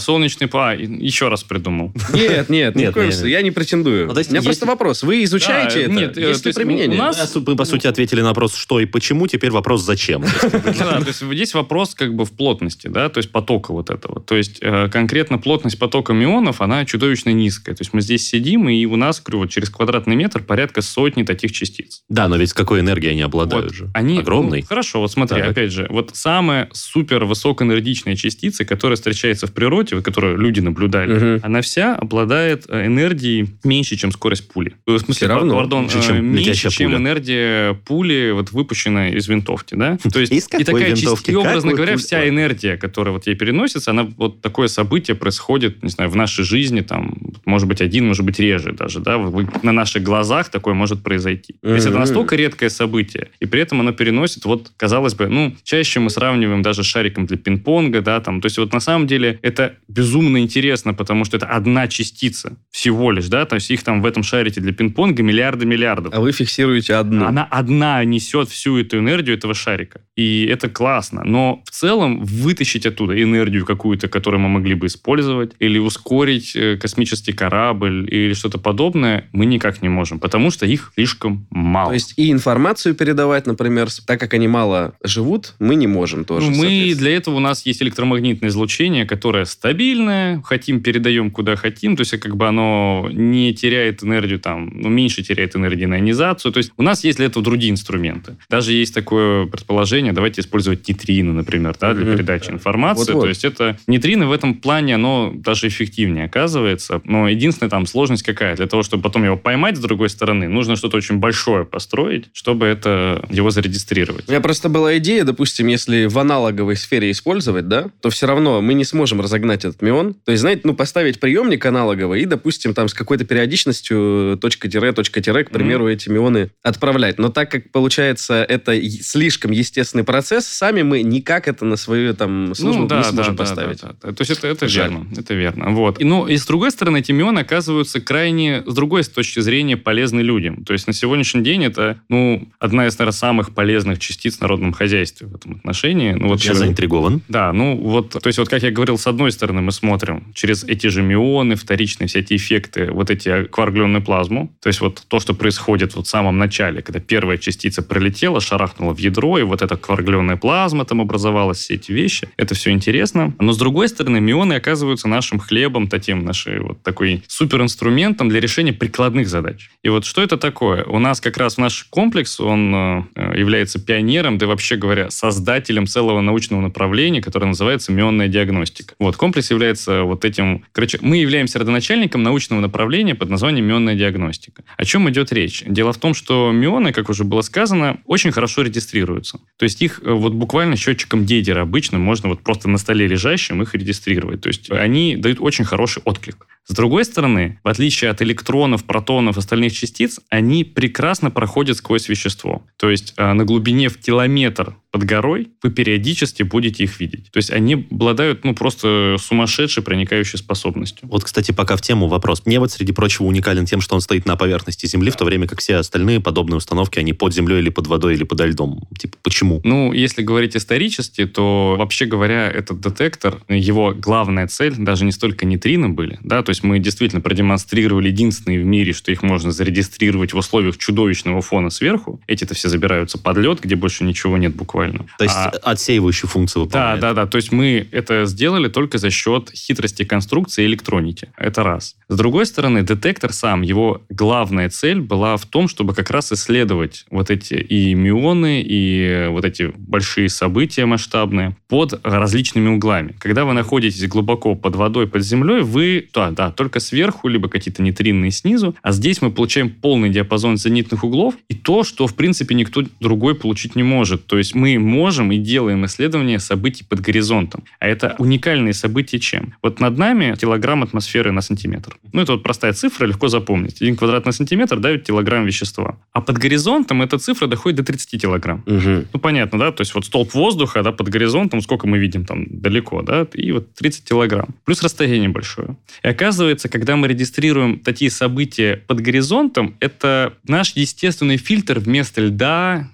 солнечный пар. Еще раз придумал. Нет, нет, ни Нет, в коем нет, случае. Я не претендую. Ну, то есть У меня есть- просто вопрос. Вы изучаете Да, это? нет, э, Есть то ли есть применение? у нас- Мы, по сути, ответили на вопрос, что и почему, теперь вопрос, зачем. Да, то есть здесь вопрос как бы в плотности, да, то есть потока вот этого. То есть э, конкретно плотность потока мионов, она чудовищно низкая. То есть мы здесь сидим, и у нас, говорю, вот через квадратный метр порядка сотни таких частиц. Да, но ведь какой энергией они обладают Вот, же? они, Огромный. ну, хорошо, вот смотри, Так. опять же, вот самая супер высокоэнергичная частица, которая встречается в природе, вот которую люди наблюдали, Мгм. она вся обладает э, энергией меньше, чем скорость пули. В смысле, Все равно. пардон, Меньше, э, чем меньше, летящая чем пуля. энергия пули, вот выпущенная из винтовки, да? То есть Из и какой такая часть- винтовки? и, образно Какой говоря, пуль- вся Ладно. энергия, которая вот ей переносится, она вот такое событие происходит, не знаю, в нашей жизни, там, может быть, один, может быть, реже даже, да, вы- на наших глазах такое может произойти. То есть это Мгм. настолько редкое событие, и при этом оно переносит, вот, казалось бы, ну, чаще мы сравниваем даже с шариком для пинг-понга, да, там, то есть вот на самом деле это безумно интересно, потому что это одна частица всего лишь, да, то есть их там в этом шарике для пинг-понга миллиарды миллиардов. А вы фиксируете одну. Она одна несет всю эту энергию этого шарика. И это классно. Но в целом вытащить оттуда энергию какую-то, которую мы могли бы использовать, или ускорить э, космический корабль, или что-то подобное, мы никак не можем, потому что их слишком мало. То есть и информацию передавать, например, с- так как они мало живут, мы не можем тоже. Ну, мы соответственно. для этого у нас есть электромагнитное излучение, которое стабильное, хотим передаем куда хотим, то есть как бы оно не теряет энергию там, ну, меньше теряет энергии на ионизацию, то есть у нас есть для этого другие инструменты. Даже есть такое предположение, давайте использовать нейтрино, например, да, для Мгм. передачи информации, Вот-вот. то есть это нейтрино в этом плане, оно даже эффективнее оказывается, но единственная там сложность какая? Для того, чтобы потом его поймать с другой стороны, нужно что-то очень большое построить, чтобы это его зарегистрировать. У меня просто была идея, допустим, если в аналоговой сфере использовать, да, то все равно мы не сможем разогнать этот мион. То есть, знаете, ну, поставить приемник аналоговый и, допустим, там с какой-то периодичностью точка-тире, точка-тире, к примеру, эти мионы отправлять. Но так как, получается, это е- слишком естественный процесс, сами мы никак это на свою там службу Ну, да, не сможем да, поставить. Да, да, да. То есть это, это Жаль. верно. Это верно. Вот. И, ну, и с другой стороны, эти мионы оказываются крайне, с другой точки зрения, полезны людям. То есть на сегодняшний день это, ну, одна из, наверное, самых полезных частиц в народном хозяйстве в этом отношении. Ну, вот Я через- заинтригован. Да, ну вот, то есть вот как я говорил, с одной стороны мы смотрим через эти же мионы, вторичные все эти эффекты, вот эти кваргленную плазму, то есть вот то, что происходит вот в самом начале, когда первая частица пролетела, шарахнула в ядро, и вот эта кваргленная плазма там образовалась, все эти вещи, это все интересно. Но с другой стороны, мионы оказываются нашим хлебом, таким, нашей вот такой суперинструментом для решения прикладных задач. И вот что это такое? У нас как раз наш комплекс, он э, является пионером, да и вообще говоря, создателем целого научного направления, которое называется мионная диагностика. Вот, комплекс является вот этим... Короче, мы являемся родоначальником научного направления под названием мионная диагностика. О чем идет речь? Дело в том, что мионы, как уже было сказано, очень хорошо регистрируются. То есть их э, вот буквально счетчиком Гейгера обычно можно вот просто на столе лежащим их регистрировать. То есть они дают очень хороший отклик. С другой стороны, в отличие от электронов, протонов, остальных частиц, они прекрасно проходят сквозь вещество. То есть э, на глубине в километр под горой вы периодически будете их видеть. То есть они обладают, ну, просто сумасшедшей проникающей способностью. Вот, кстати, пока в тему вопрос. Мне вот, среди прочего, уникален тем, что он стоит на поверхности Земли, в то время как все остальные подобные установки, они под землей или под водой, или подо льдом. Типа, почему? Ну, если говорить исторически, то, вообще говоря, этот детектор, его главная цель даже не столько нейтрино были, да, то есть мы действительно продемонстрировали единственные в мире, что их можно зарегистрировать в условиях чудовищного фона сверху. Эти-то все забираются под лед, где больше ничего нет буквально. То есть А- отсеивающую функцию Да, выполняет. да, да. То есть мы это сделали только за счет хитрости конструкции и электроники. Это раз. С другой стороны, детектор сам, его главная цель была в том, чтобы как раз исследовать вот эти и мионы, и вот эти большие события масштабные под различными углами. Когда вы находитесь глубоко под водой, под землей, вы, да, да, только сверху, либо какие-то нейтринные снизу, а здесь мы получаем полный диапазон зенитных углов и то, что, в принципе, никто другой получить не может. То есть мы можем и делаем исследования событий под горизонтом. А это уникальные события чем? Вот над нами килограмм атмосферы на сантиметр. Ну, это вот простая цифра, легко запомнить. Один квадратный сантиметр дает килограмм вещества. А под горизонтом эта цифра доходит до тридцати килограмм. Мгм. Ну, понятно, да? То есть вот столб воздуха, да, под горизонтом, сколько мы видим там далеко, да? И вот тридцать килограмм. Плюс расстояние большое. И оказывается, когда мы регистрируем такие события под горизонтом, это наш естественный фильтр вместо льда,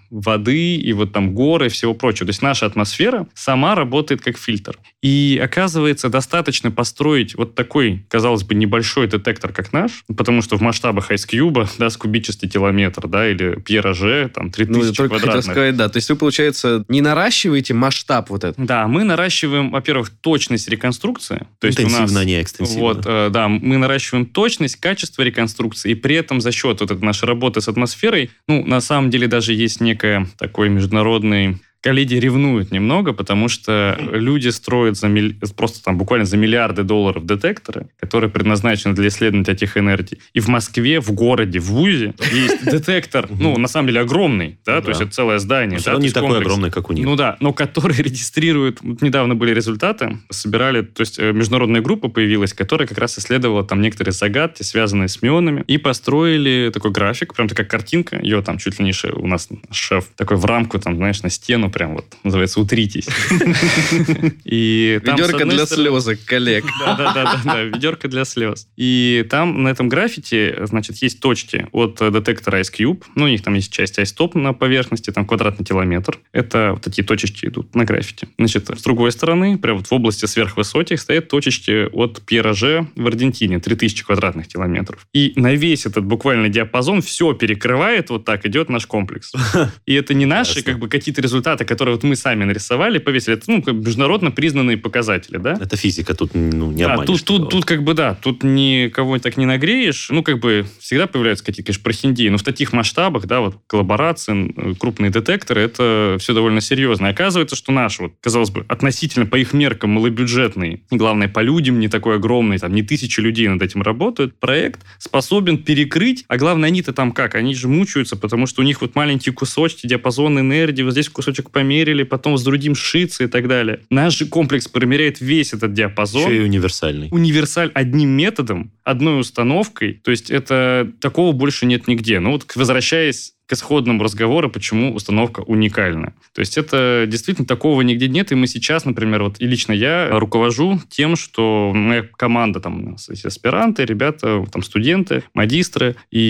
воды, и вот там горы, и всего прочего. То есть наша атмосфера сама работает как фильтр. И оказывается, достаточно построить вот такой, казалось бы, небольшой детектор, как наш, потому что в масштабах Ice Cube, да, с кубический километр, да, или Пьер Аже, там, три тысячи ну, только квадратных. Хотел сказать, да. То есть вы, получается, не наращиваете масштаб вот этот? Да, мы наращиваем, во-первых, точность реконструкции. То есть интенсивно, у нас, а не экстенсивно. Вот, э, да, мы наращиваем точность, качество реконструкции, и при этом за счет вот этой нашей работы с атмосферой, ну, на самом деле даже есть некая такой международный... Коллеги ревнуют немного, потому что люди строят за милли... просто там буквально за миллиарды долларов детекторы, которые предназначены для исследования этих энергий. И в Москве, в городе, в ВУЗе есть детектор, ну, на самом деле огромный, да, то есть это целое здание. Он не такой огромный, как у них. Ну да, но который регистрирует... Недавно были результаты, собирали, то есть международная группа появилась, которая как раз исследовала там некоторые загадки, связанные с мионами, и построили такой график, прям такая картинка, ее там чуть ли не шеф, у нас шеф такой в рамку, там, знаешь, на стену прям вот, называется, утритесь. И там, ведерко для стороны... слезок, коллег. Да-да-да, ведерко для слез. И там на этом графите, значит, есть точки от детектора Ice Cube. Ну, у них там есть часть iStop на поверхности, там квадратный километр. Это вот такие точечки идут на графите. Значит, с другой стороны, прямо вот в области сверхвысоких стоят точечки от Пьер Аже в Аргентине, три тысячи квадратных километров. И на весь этот буквально диапазон все перекрывает, вот так идет наш комплекс. И это не наши, как бы, какие-то результаты, которые вот мы сами нарисовали, повесили. Это, ну, международно признанные показатели, да? Это физика, тут, ну, не да, обманешь. Тут, тут, тут, как бы, да, тут никого так не нагреешь. Ну, как бы, всегда появляются какие-то, конечно, прохиндеи, но в таких масштабах, да, вот, коллаборации, крупные детекторы, это все довольно серьезно. И оказывается, что наш, вот, казалось бы, относительно по их меркам малобюджетный, и, главное, по людям не такой огромный, там, не тысячи людей над этим работают, проект способен перекрыть, а главное, они-то там как? Они же мучаются, потому что у них вот маленькие кусочки, диапазон энергии, вот здесь кусочек померили, потом с другим сшиться и так далее. Наш же комплекс промеряет весь этот диапазон. Еще и универсальный. Универсаль одним методом, одной установкой. То есть это такого больше нет нигде. Ну вот, возвращаясь к исходному разговору, почему установка уникальна. То есть это действительно такого нигде нет, и мы сейчас, например, вот и лично я руковожу тем, что моя команда, там, у нас есть аспиранты, ребята, там, студенты, магистры,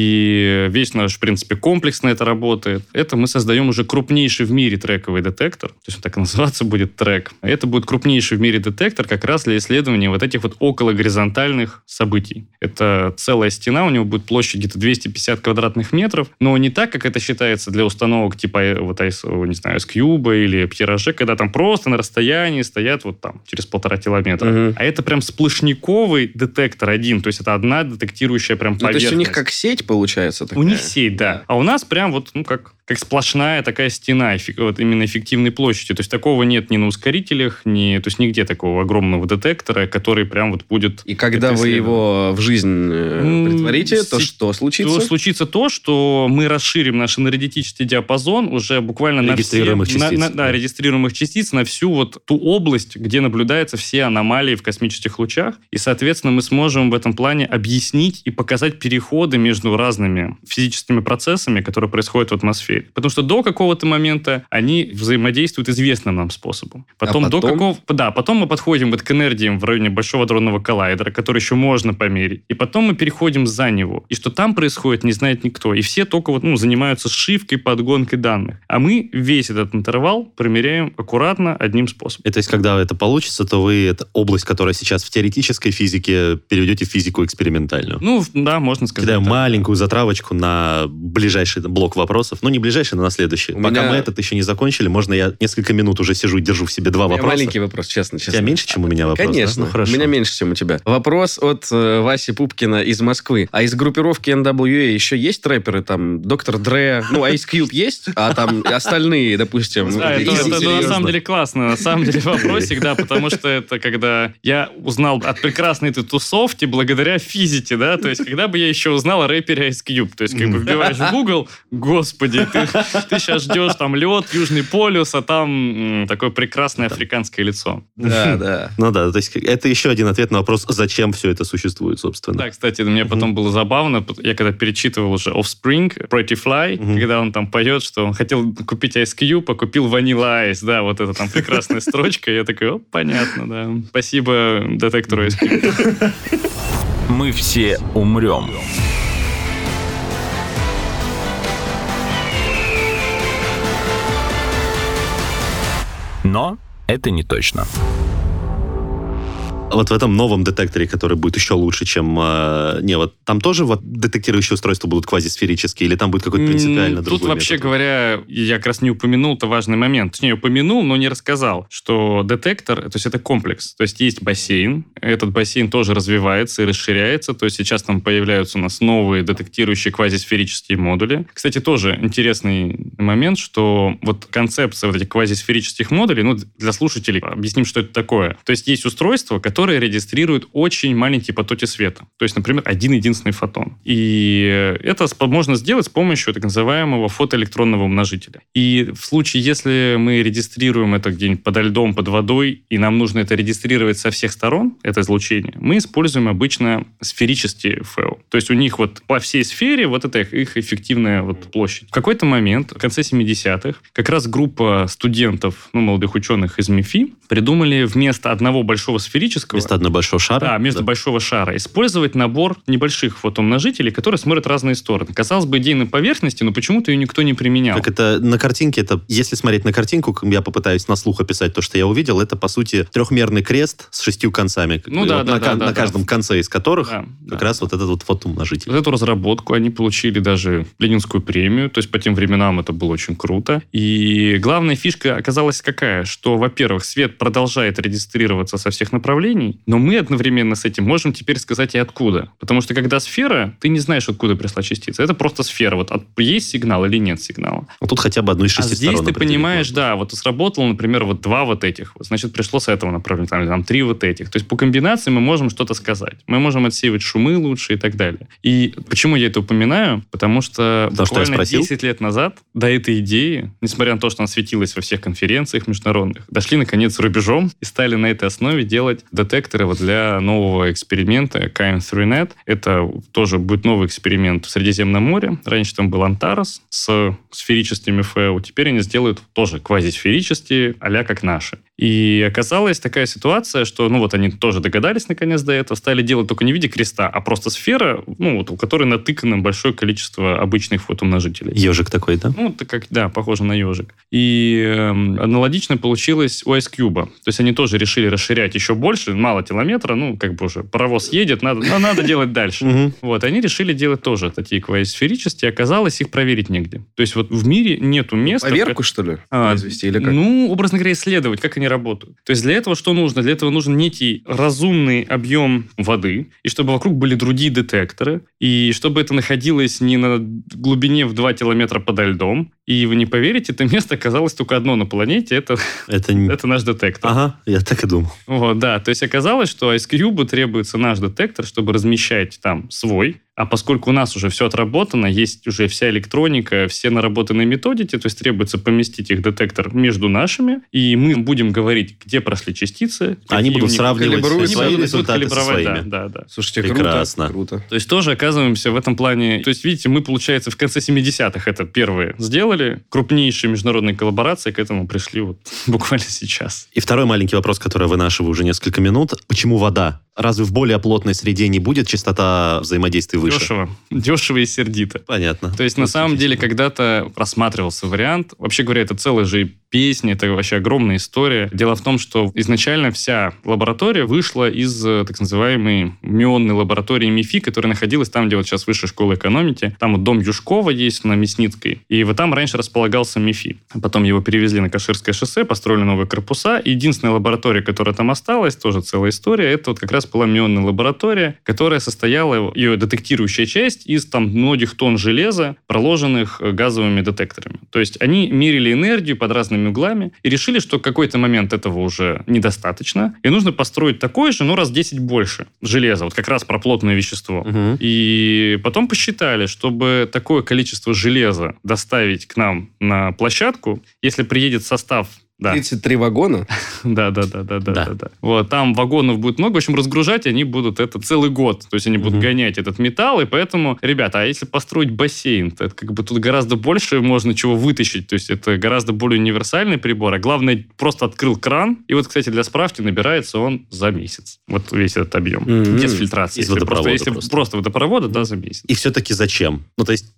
и весь наш, в принципе, комплекс на это работает. Это мы создаем уже крупнейший в мире трековый детектор, то есть он так и называться будет трек. Это будет крупнейший в мире детектор как раз для исследования вот этих вот окологоризонтальных событий. Это целая стена, у него будет площадь где-то двести пятьдесят квадратных метров, но не так, как это считается для установок типа вот, не знаю, Ice Cube или Пьер Аже, когда там просто на расстоянии стоят вот там через полтора километра. Угу. А это прям сплошняковый детектор один, то есть это одна детектирующая прям поверхность. Ну, то есть у них как сеть получается такая? У них сеть, да. А у нас прям вот, ну, как, как сплошная такая стена, вот именно эффективной площади. То есть такого нет ни на ускорителях, ни, то есть нигде такого огромного детектора, который прям вот будет... И когда вы его в жизнь ну, притворите, то что случится? То случится то, что мы расширим наш энергетический диапазон уже буквально на все... На, на, да, регистрируемых частиц на всю вот ту область, где наблюдаются все аномалии в космических лучах. И, соответственно, мы сможем в этом плане объяснить и показать переходы между разными физическими процессами, которые происходят в атмосфере. Потому что до какого-то момента они взаимодействуют известным нам способом. Потом, а потом? до какого... Да, потом мы подходим вот к энергиям в районе Большого адронного коллайдера, который еще можно померить. И потом мы переходим за него. И что там происходит, не знает никто. И все только вот, ну, занимаются сшивкой, подгонкой данных. А мы весь этот интервал промеряем аккуратно одним способом. Это есть, когда это получится, то вы эту область, которая сейчас в теоретической физике, переведете в физику экспериментальную. Ну, да, можно сказать. Кидаю так. маленькую затравочку на ближайший блок вопросов. Ну, не ближайший, но на следующий. У Пока меня... мы этот еще не закончили, можно я несколько минут уже сижу и держу в себе два у меня вопроса. Маленький вопрос, честно, честно. У тебя меньше, чем у меня вопрос? Конечно. Да? Ну, хорошо. У меня меньше, чем у тебя. Вопрос от э, Васи Пупкина из Москвы. А из группировки эн дабл ю эй еще есть рэперы? Там, доктор Dre, ну, Ice Cube есть? А там остальные, допустим... Да, это, это, это на самом деле классно. На самом деле вопросик, да, потому что это когда я узнал от прекрасной этой тусовки благодаря физике, да, то есть когда бы я еще узнал о рэпере Ice Cube, то есть как бы вбиваешь в Google, господи, ты, ты сейчас ждешь там лед, Южный полюс, а там м, такое прекрасное африканское лицо. Да, да. Ну да, то есть это еще один ответ на вопрос, зачем все это существует, собственно. Да, кстати, мне потом было забавно, я когда перечитывал уже Offspring, Pretty Fly, когда он там поет, что он хотел купить Ice Cube, а купил Vanilla Ice, да, вот это там прекрасная строчка, я такой, о, понятно, да, спасибо детектору Ice Cube. Мы все умрем. Но это не точно. Вот в этом новом детекторе, который будет еще лучше, чем... Э, не, вот там тоже вот детектирующие устройства будут квазисферические, или там будет какой-то принципиально другой Тут, вообще метод? говоря, я как раз не упомянул-то важный момент. Точнее, упомянул, но не рассказал, что детектор, то есть это комплекс. То есть есть бассейн, этот бассейн тоже развивается и расширяется, то есть сейчас там появляются у нас новые детектирующие квазисферические модули. Кстати, тоже интересный момент, что вот концепция вот этих квазисферических модулей, ну, для слушателей объясним, что это такое. То есть есть устройство, которое которые регистрируют очень маленькие потоки света. То есть, например, один-единственный фотон. И это можно сделать с помощью так называемого фотоэлектронного умножителя. И в случае, если мы регистрируем это где-нибудь подо льдом, под водой, и нам нужно это регистрировать со всех сторон, это излучение, мы используем обычно сферические эф и о. То есть у них вот по всей сфере вот это их эффективная вот площадь. В какой-то момент, в конце семидесятых, как раз группа студентов, ну, молодых ученых из МИФИ придумали вместо одного большого сферического Вместо одного большого шара? Да, вместо да. большого шара. Использовать набор небольших фотоумножителей, которые смотрят в разные стороны. Казалось бы, идея на поверхности, но почему-то ее никто не применял. Как это на картинке, это, если смотреть на картинку, я попытаюсь на слух описать то, что я увидел, это, по сути, трехмерный крест с шестью концами. Ну да, вот да, на, да, на да, каждом да. конце из которых да, как да. раз вот этот вот фотоумножитель. Вот эту разработку они получили даже Ленинскую премию, то есть по тем временам это было очень круто. И главная фишка оказалась какая? Что, во-первых, свет продолжает регистрироваться со всех направлений, но мы одновременно с этим можем теперь сказать и откуда. Потому что когда сфера, ты не знаешь, откуда пришла частица. Это просто сфера. Вот есть сигнал или нет сигнала. А тут хотя бы одну из шести а сторон. здесь ты понимаешь, да, вот сработало, например, вот два вот этих. Вот, значит, пришло с этого направления, там, там три вот этих. То есть по комбинации мы можем что-то сказать. Мы можем отсеивать шумы лучше и так далее. И почему я это упоминаю? Потому что Потому буквально что десять лет назад до этой идеи, несмотря на то, что она светилась во всех конференциях международных, дошли, наконец, рубежом и стали на этой основе делать детекторы вот для нового эксперимента кей эм три нет. Это тоже будет новый эксперимент в Средиземном море. Раньше там был Антарес с сферическими эф и о. Теперь они сделают тоже квазисферические, а-ля как наши. И оказалась такая ситуация, что, ну вот они тоже догадались наконец до этого, стали делать только не в виде креста, а просто сфера, ну вот у которой натыкано большое количество обычных фотоумножителей. Ежик такой, да? Ну, это как, да, похоже на ежик. И э, аналогично получилось у айскьюба. То есть они тоже решили расширять еще больше, мало километра, ну, как бы уже паровоз едет, надо, но надо делать дальше. Вот, они решили делать тоже такие квазисферические, оказалось, их проверить негде. То есть вот в мире нету места... Поверку, что ли, произвести или как? Ну, образно говоря, исследовать, как они работают. То есть для этого что нужно? Для этого нужен некий разумный объем воды, и чтобы вокруг были другие детекторы, и чтобы это находилось не на глубине в два километра подо льдом. И вы не поверите, это место оказалось только одно на планете, это, это... это наш детектор. Ага, я так и думал. Вот, да, то есть оказалось, что айскьюбу требуется наш детектор, чтобы размещать там свой. А поскольку у нас уже все отработано, есть уже вся электроника, все наработанные методики, то есть требуется поместить их детектор между нашими, и мы будем говорить, где прошли частицы. Они будут сравнивать свои, свои результаты со своими. Да, да, да. Слушайте, прекрасно. Круто, круто. То есть тоже оказываемся в этом плане... То есть, видите, мы, получается, в конце семидесятых это первые сделали, крупнейшие международные коллаборации к этому пришли вот буквально сейчас. И второй маленький вопрос, который я вынашиваю уже несколько минут. Почему вода? Разве в более плотной среде не будет частота взаимодействия выше? Дешево. Дешево и сердито. Понятно. То есть, на самом деле, когда-то просматривался вариант. Вообще говоря, это целая же песня, это вообще огромная история. Дело в том, что изначально вся лаборатория вышла из так называемой мионной лаборатории МИФИ, которая находилась там, где вот сейчас Высшая школа экономики. Там вот дом Юшкова есть на Мясницкой. И вот там раньше располагался МИФИ. Потом его перевезли на Каширское шоссе, построили новые корпуса. И единственная лаборатория, которая там осталась, тоже целая история, это вот как раз была мионная лаборатория, которая состояла, ее детектирующая часть, из там многих тонн железа, проложенных газовыми детекторами. То есть они мерили энергию под разными углами и решили, что в какой-то момент этого уже недостаточно, и нужно построить такое же, но раз в десять больше железа, вот как раз про плотное вещество. Угу. И потом посчитали, чтобы такое количество железа доставить к нам на площадку, если приедет состав... Да. тридцать три вагона? Да, да, да, да, да, да, да. Вот, там вагонов будет много. В общем, разгружать они будут это целый год. То есть они будут гонять этот металл. И поэтому, ребята, а если построить бассейн, то это как бы тут гораздо больше можно чего вытащить. То есть это гораздо более универсальный прибор. А главное, просто открыл кран. И вот, кстати, для справки набирается он за месяц. Вот весь этот объем. Mm-hmm. Без фильтрации. Из если водопровода просто, если просто. просто водопровода, да, за месяц. И все-таки зачем? Ну, то есть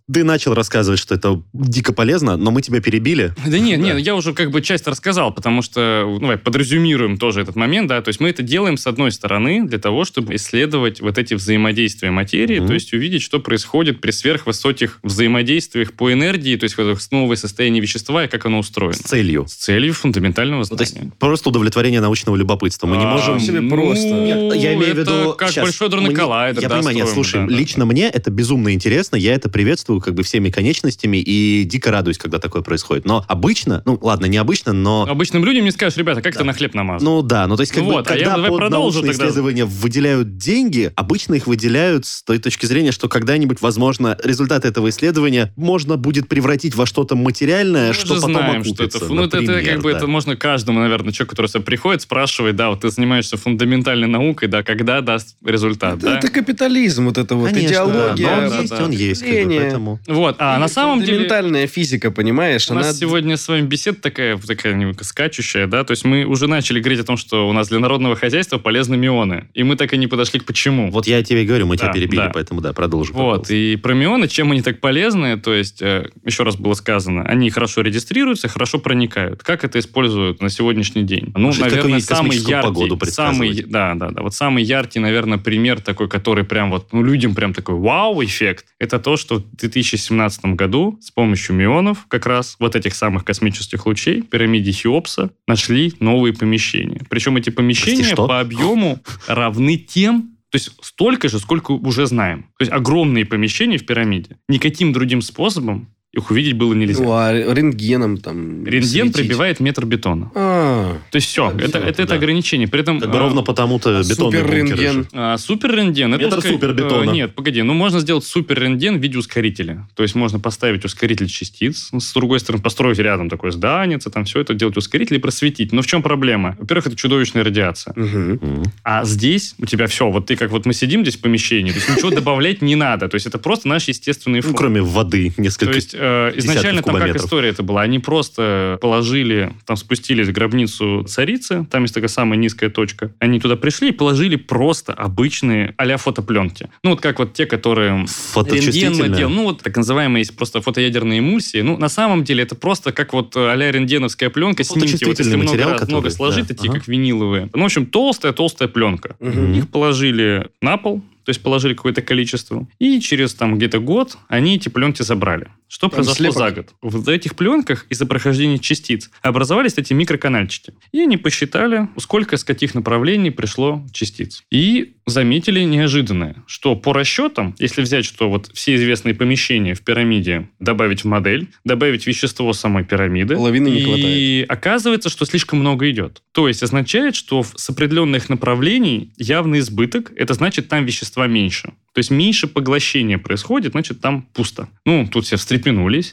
Ты начал рассказывать, что это дико полезно, но мы тебя перебили. Да нет, нет, я уже как бы часть рассказал, потому что, ну, давай, подразумируем тоже этот момент, да, то есть мы это делаем с одной стороны для того, чтобы исследовать вот эти взаимодействия материи, mm-hmm. то есть увидеть, что происходит при сверхвысоких взаимодействиях по энергии, то есть вот новое состояние вещества и как оно устроено. С целью. С целью фундаментального знания. Ну, то есть просто удовлетворение научного любопытства. Мы не а, можем... себе ну, просто. Нет, я имею в это виду... как Сейчас, большой дронный коллайдер. Я да, понимаю, нет, строим, слушай, да, лично да. мне это безумно интересно, я это приветствую как бы всеми конечностями и дико радуюсь, когда такое происходит. Но обычно, ну ладно, не обычно, но... Обычным людям не скажешь, ребята, как Да. это на хлеб намазать? Ну да, ну то есть как Ну бы, вот, а я когда давай под продолжу научные тогда. исследования выделяют деньги, обычно их выделяют с той точки зрения, что когда-нибудь, возможно, результат этого исследования можно будет превратить во что-то материальное, Мы что же потом знаем, окупится. что это, фу- ну, это, это например, как бы да. это можно каждому, наверное, человеку, который сюда приходит, спрашивает, да, вот ты занимаешься фундаментальной наукой, да, когда даст результат, Это, да? это капитализм, вот это вот Конечно, идеология. да, но он да, есть, да. он есть, как бы, Мышление. поэтому... Вот, а на самом деле... Фундаментальная физика, понимаешь? У нас она... сегодня с вами беседа такая, такая немного скачущая, да, то есть мы уже начали говорить о том, что у нас для народного хозяйства полезны мионы, и мы так и не подошли к почему. Вот я тебе и говорю, мы тебя Да, перебили, да. поэтому да, продолжи. Вот, пожалуйста. и про мионы, чем они так полезны, то есть, э, еще раз было сказано, они хорошо регистрируются, хорошо проникают. Как это используют на сегодняшний день? Ну, Может, какую-нибудь наверное, самый космическую яркий, погоду самый, предсказывать? да, да, да, вот самый яркий, наверное, пример такой, который прям вот, ну, людям прям такой вау-эффект, это то, что в две тысячи семнадцатом году с помощью мионов, как раз вот этих самых космических лучей, в пирамиде Хеопса нашли новые помещения. Причем эти помещения Прости, что? по объему равны тем, то есть столько же, сколько уже знаем. То есть огромные помещения в пирамиде. Никаким другим способом их увидеть было нельзя. Ну, а рентгеном там... Рентген светить? пробивает метр бетона. А, То есть все, Да, это, всё, это, это да. ограничение. При этом, Как бы а, ровно потому-то бетонные бункеры суперрентген. же. а, суперрентген... это Метр ускор- супербетона. э, Нет, погоди. Ну, можно сделать суперрентген в виде ускорителя. То есть можно поставить ускоритель частиц, с другой стороны построить рядом такое здание, там все это делать ускоритель и просветить. Но в чем проблема? Во-первых, это чудовищная радиация. Мгм. Мгм. А здесь у тебя все, вот ты как вот мы сидим здесь в помещении, то есть ничего добавлять не надо. То есть это просто наш естественный Ну, фон. кроме воды, несколько... То есть э, изначально там как кубометров. история это была? Они просто положили, там спустились в гробницу царицы, там есть такая самая низкая точка. Они туда пришли и положили просто обычные а-ля фотопленки. Ну вот как вот те, которые рентген Фоточувствительная. надел. Ну вот так называемые есть просто фотоядерные эмульсии. Ну на самом деле это просто как вот а-ля рентгеновская пленка, снимки. Вот если Фоточувствительный много, материал, раз- который- много сложить, да, такие ага. как виниловые. Ну в общем толстая-толстая пленка. Мгм. Их положили на пол, то есть положили какое-то количество, и через там где-то год они эти пленки забрали. Что Там произошло слепок. за год? В этих пленках из-за прохождения частиц образовались эти микроканальчики. И они посчитали, сколько с каких направлений пришло частиц. И заметили неожиданное, что по расчетам, если взять, что вот все известные помещения в пирамиде добавить в модель, добавить вещество самой пирамиды, Половины не и хватает. оказывается, что слишком много идет. То есть означает, что в- с определенных направлений явный избыток, это значит, там вещества меньше. То есть меньше поглощения происходит, значит, там пусто. Ну, тут все встрепенулись.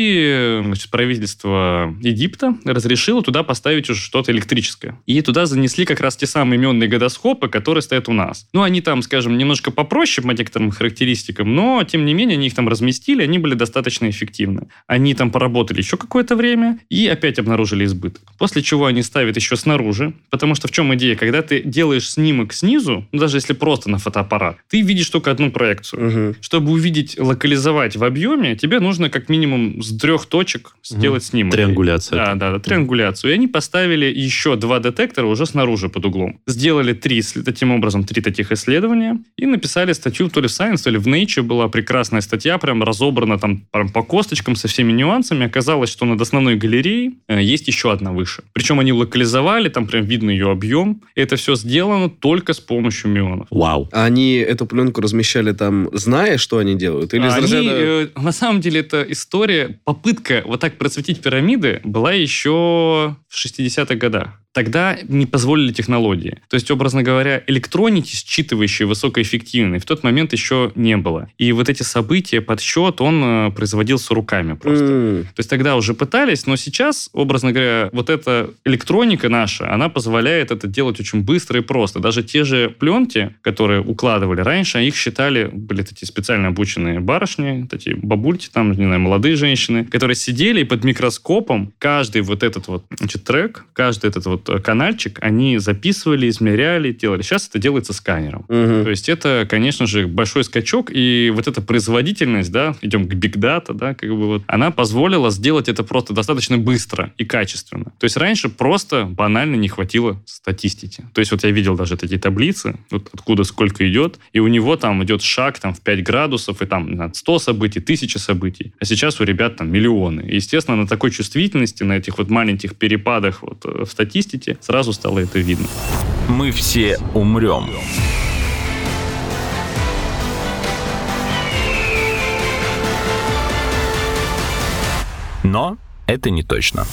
И значит, правительство Египта разрешило туда поставить уже что-то электрическое. И туда занесли как раз те самые именные годоскопы, которые стоят у нас. Ну, они там, скажем, немножко попроще по некоторым характеристикам, но, тем не менее, они их там разместили, они были достаточно эффективны. Они там поработали еще какое-то время и опять обнаружили избыток. После чего они ставят еще снаружи, потому что в чем идея? Когда ты делаешь снимок снизу, ну, даже если просто на фотоаппарат, ты видишь только одну проекцию. Мгм. Чтобы увидеть, локализовать в объеме, тебе нужно как минимум с трех точек сделать снимок. Триангуляция. Да, да, да, триангуляцию. И они поставили еще два детектора уже снаружи под углом. Сделали три, ис- таким образом, три таких исследования и написали статью то ли в Science, то ли в Nature. Была прекрасная статья, прям разобрана там прям по косточкам со всеми нюансами. Оказалось, что над основной галереей э, есть еще одна выше. Причем они локализовали, там прям видно ее объем. И это все сделано только с помощью мионов. Вау. А они эту пленку размещали там, зная, что они делают? Или из Они, разряда- э, на самом деле, эта история, попытка вот так процветить пирамиды была еще в шестидесятых годах. Тогда не позволили технологии. То есть, образно говоря, электроники, считывающие высокоэффективные, в тот момент еще не было. И вот эти события, подсчет, он э, производился руками просто. М. То есть тогда уже пытались, но сейчас, образно говоря, вот эта электроника наша, она позволяет это делать очень быстро и просто. Даже те же пленки, которые укладывали раньше, их считали, были такие специально обученные барышни, такие бабульки, там, не знаю, молодые женщины, которые сидели и под микроскопом каждый вот этот вот, значит, трек, каждый этот вот вот канальчик, они записывали, измеряли, делали. Сейчас это делается сканером. Угу. То есть это, конечно же, большой скачок, и вот эта производительность, да, идем к Big Data, да, как бы вот, она позволила сделать это просто достаточно быстро и качественно. То есть раньше просто банально не хватило статистики. То есть вот я видел даже такие таблицы, вот откуда сколько идет, и у него там идет шаг там, в пять градусов, и там сто событий, тысяча событий. А сейчас у ребят там миллионы. И, естественно, на такой чувствительности, на этих вот маленьких перепадах вот, в статистике сразу стало это видно. Мы все умрем. Но это не точно.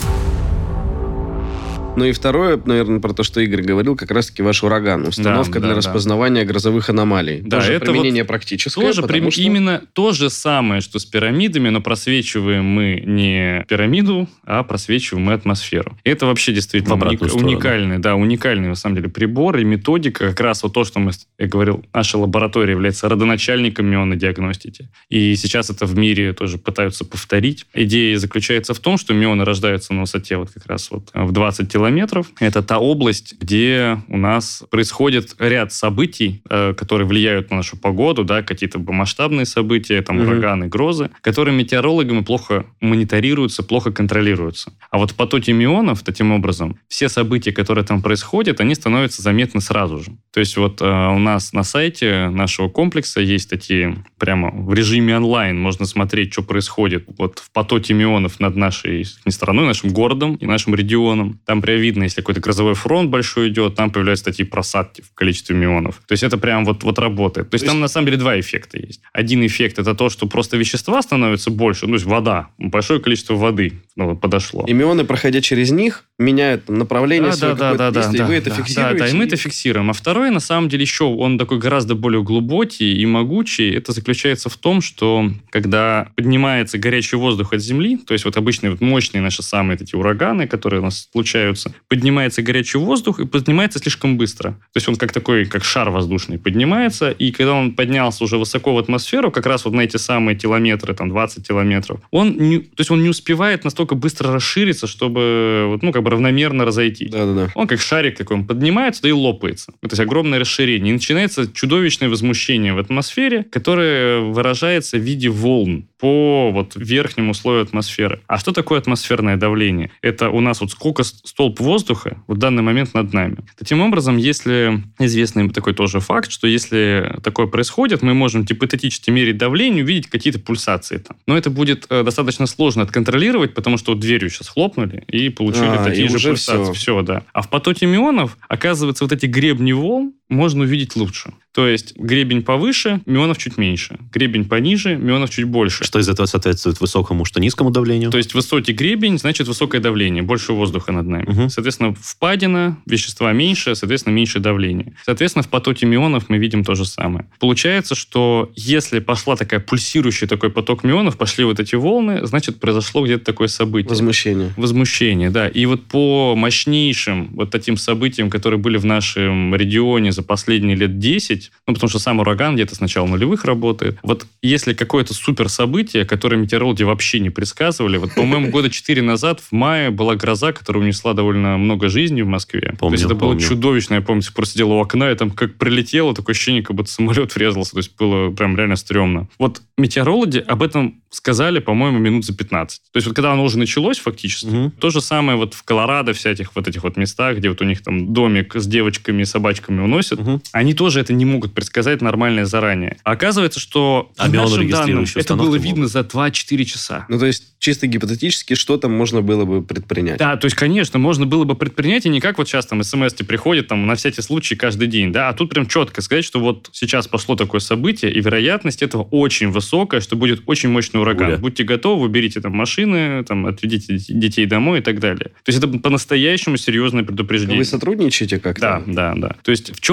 Ну и второе, наверное, про то, что Игорь говорил, как раз-таки ваш ураган. Установка да, для да, распознавания да. грозовых аномалий. Да, тоже это применение вот практическое. Тоже при... что... Именно то же самое, что с пирамидами, но просвечиваем мы не пирамиду, а просвечиваем мы атмосферу. И это вообще действительно уник... уникальный, да, уникальный, на самом деле, прибор и методика. Как раз вот то, что мы, я говорил, наша лаборатория является родоначальником ионной диагностики. И сейчас это в мире тоже пытаются повторить. Идея заключается в том, что мионы рождаются на высоте вот как раз вот в двадцать километров. Это та область, где у нас происходит ряд событий, э, которые влияют на нашу погоду, да, какие-то масштабные события, там, mm-hmm. ураганы, грозы, которые метеорологами плохо мониторируются, плохо контролируются. А вот в потоке мионов, таким образом, все события, которые там происходят, они становятся заметны сразу же. То есть вот э, у нас на сайте нашего комплекса есть такие прямо в режиме онлайн, можно смотреть, что происходит вот в потоке мионов над нашей страной, нашим городом и нашим регионом. Там прям видно, если какой-то грозовой фронт большой идет, там появляются такие просадки в количестве мионов. То есть это прям вот, вот работает. То есть, то есть там на самом деле два эффекта есть. Один эффект это то, что просто вещества становятся больше, ну, то есть вода, большое количество воды ну, подошло. И мионы, проходя через них, меняют направление да, своего да, да, да, действия, да, и вы это да, фиксируете. Да, да, и мы это фиксируем. А второй, на самом деле, еще он такой гораздо более глубокий и могучий. Это заключается в том, что когда поднимается горячий воздух от Земли, то есть вот обычные вот мощные наши самые такие ураганы, которые у нас случаются, поднимается горячий воздух и поднимается слишком быстро. То есть он как такой, как шар воздушный поднимается, и когда он поднялся уже высоко в атмосферу, как раз вот на эти самые километры, там двадцать километров, он не, то есть он не успевает настолько быстро расшириться, чтобы, ну, как бы равномерно разойтись. Да-да-да. Он как шарик такой, он поднимается, да и лопается. То есть огромное расширение. И начинается чудовищное возмущение в атмосфере, которое выражается в виде волн по вот верхнему слою атмосферы. А что такое атмосферное давление? Это у нас вот сколько столб воздуха в данный момент над нами. Таким образом, если известный такой тоже факт, что если такое происходит, мы можем гипотетически мерить давление, увидеть какие-то пульсации там. Но это будет э, достаточно сложно отконтролировать, потому что вот дверью сейчас хлопнули и получили а, такие и же пульсации. Все. все, да. А в потоке мионов, оказывается, вот эти гребни волн можно увидеть лучше. То есть гребень повыше, мионов чуть меньше. Гребень пониже, мионов чуть больше. Что из этого соответствует высокому, что низкому давлению? То есть высокий гребень, значит высокое давление, больше воздуха над нами. Угу. Соответственно, впадина, вещества меньше, соответственно, меньше давление. Соответственно, в потоке мионов мы видим то же самое. Получается, что если пошла такая пульсирующий такой поток мионов, пошли вот эти волны, значит, произошло где-то такое событие. Возмущение. Возмущение, да. И вот по мощнейшим вот таким событиям, которые были в нашем регионе за последние лет десять, ну, потому что сам ураган где-то с начала нулевых работает. Вот если какое-то супер событие, которое метеорологи вообще не предсказывали, вот, по-моему, года четыре назад в мае была гроза, которая унесла довольно много жизней в Москве. Помню, то есть это помню. было чудовищно. Я помню, просто сидел у окна, и там как прилетело, такое ощущение, как будто самолет врезался. То есть было прям реально стрёмно. Вот метеорологи об этом сказали, по-моему, минут за пятнадцать. То есть вот когда оно уже началось фактически, угу. то же самое вот в Колорадо, всяких вот этих вот местах, где вот у них там домик с девочками и собачками уносят, угу. они тоже это не могут предсказать нормально заранее. А оказывается, что а по нашим данным это было могут. видно за два-четыре часа. Ну, то есть чисто гипотетически что-то можно было бы предпринять. Да, то есть, конечно, можно было бы предпринять, и не как вот сейчас там смс-ки приходят там на всякий случай каждый день, да, а тут прям четко сказать, что вот сейчас пошло такое событие, и вероятность этого очень высокая, что будет очень мощный ураган. Уля. Будьте готовы, берите там машины, там, отведите детей домой и так далее. То есть это по-настоящему серьезное предупреждение. Вы сотрудничаете как-то? Да, да, да. То есть в чем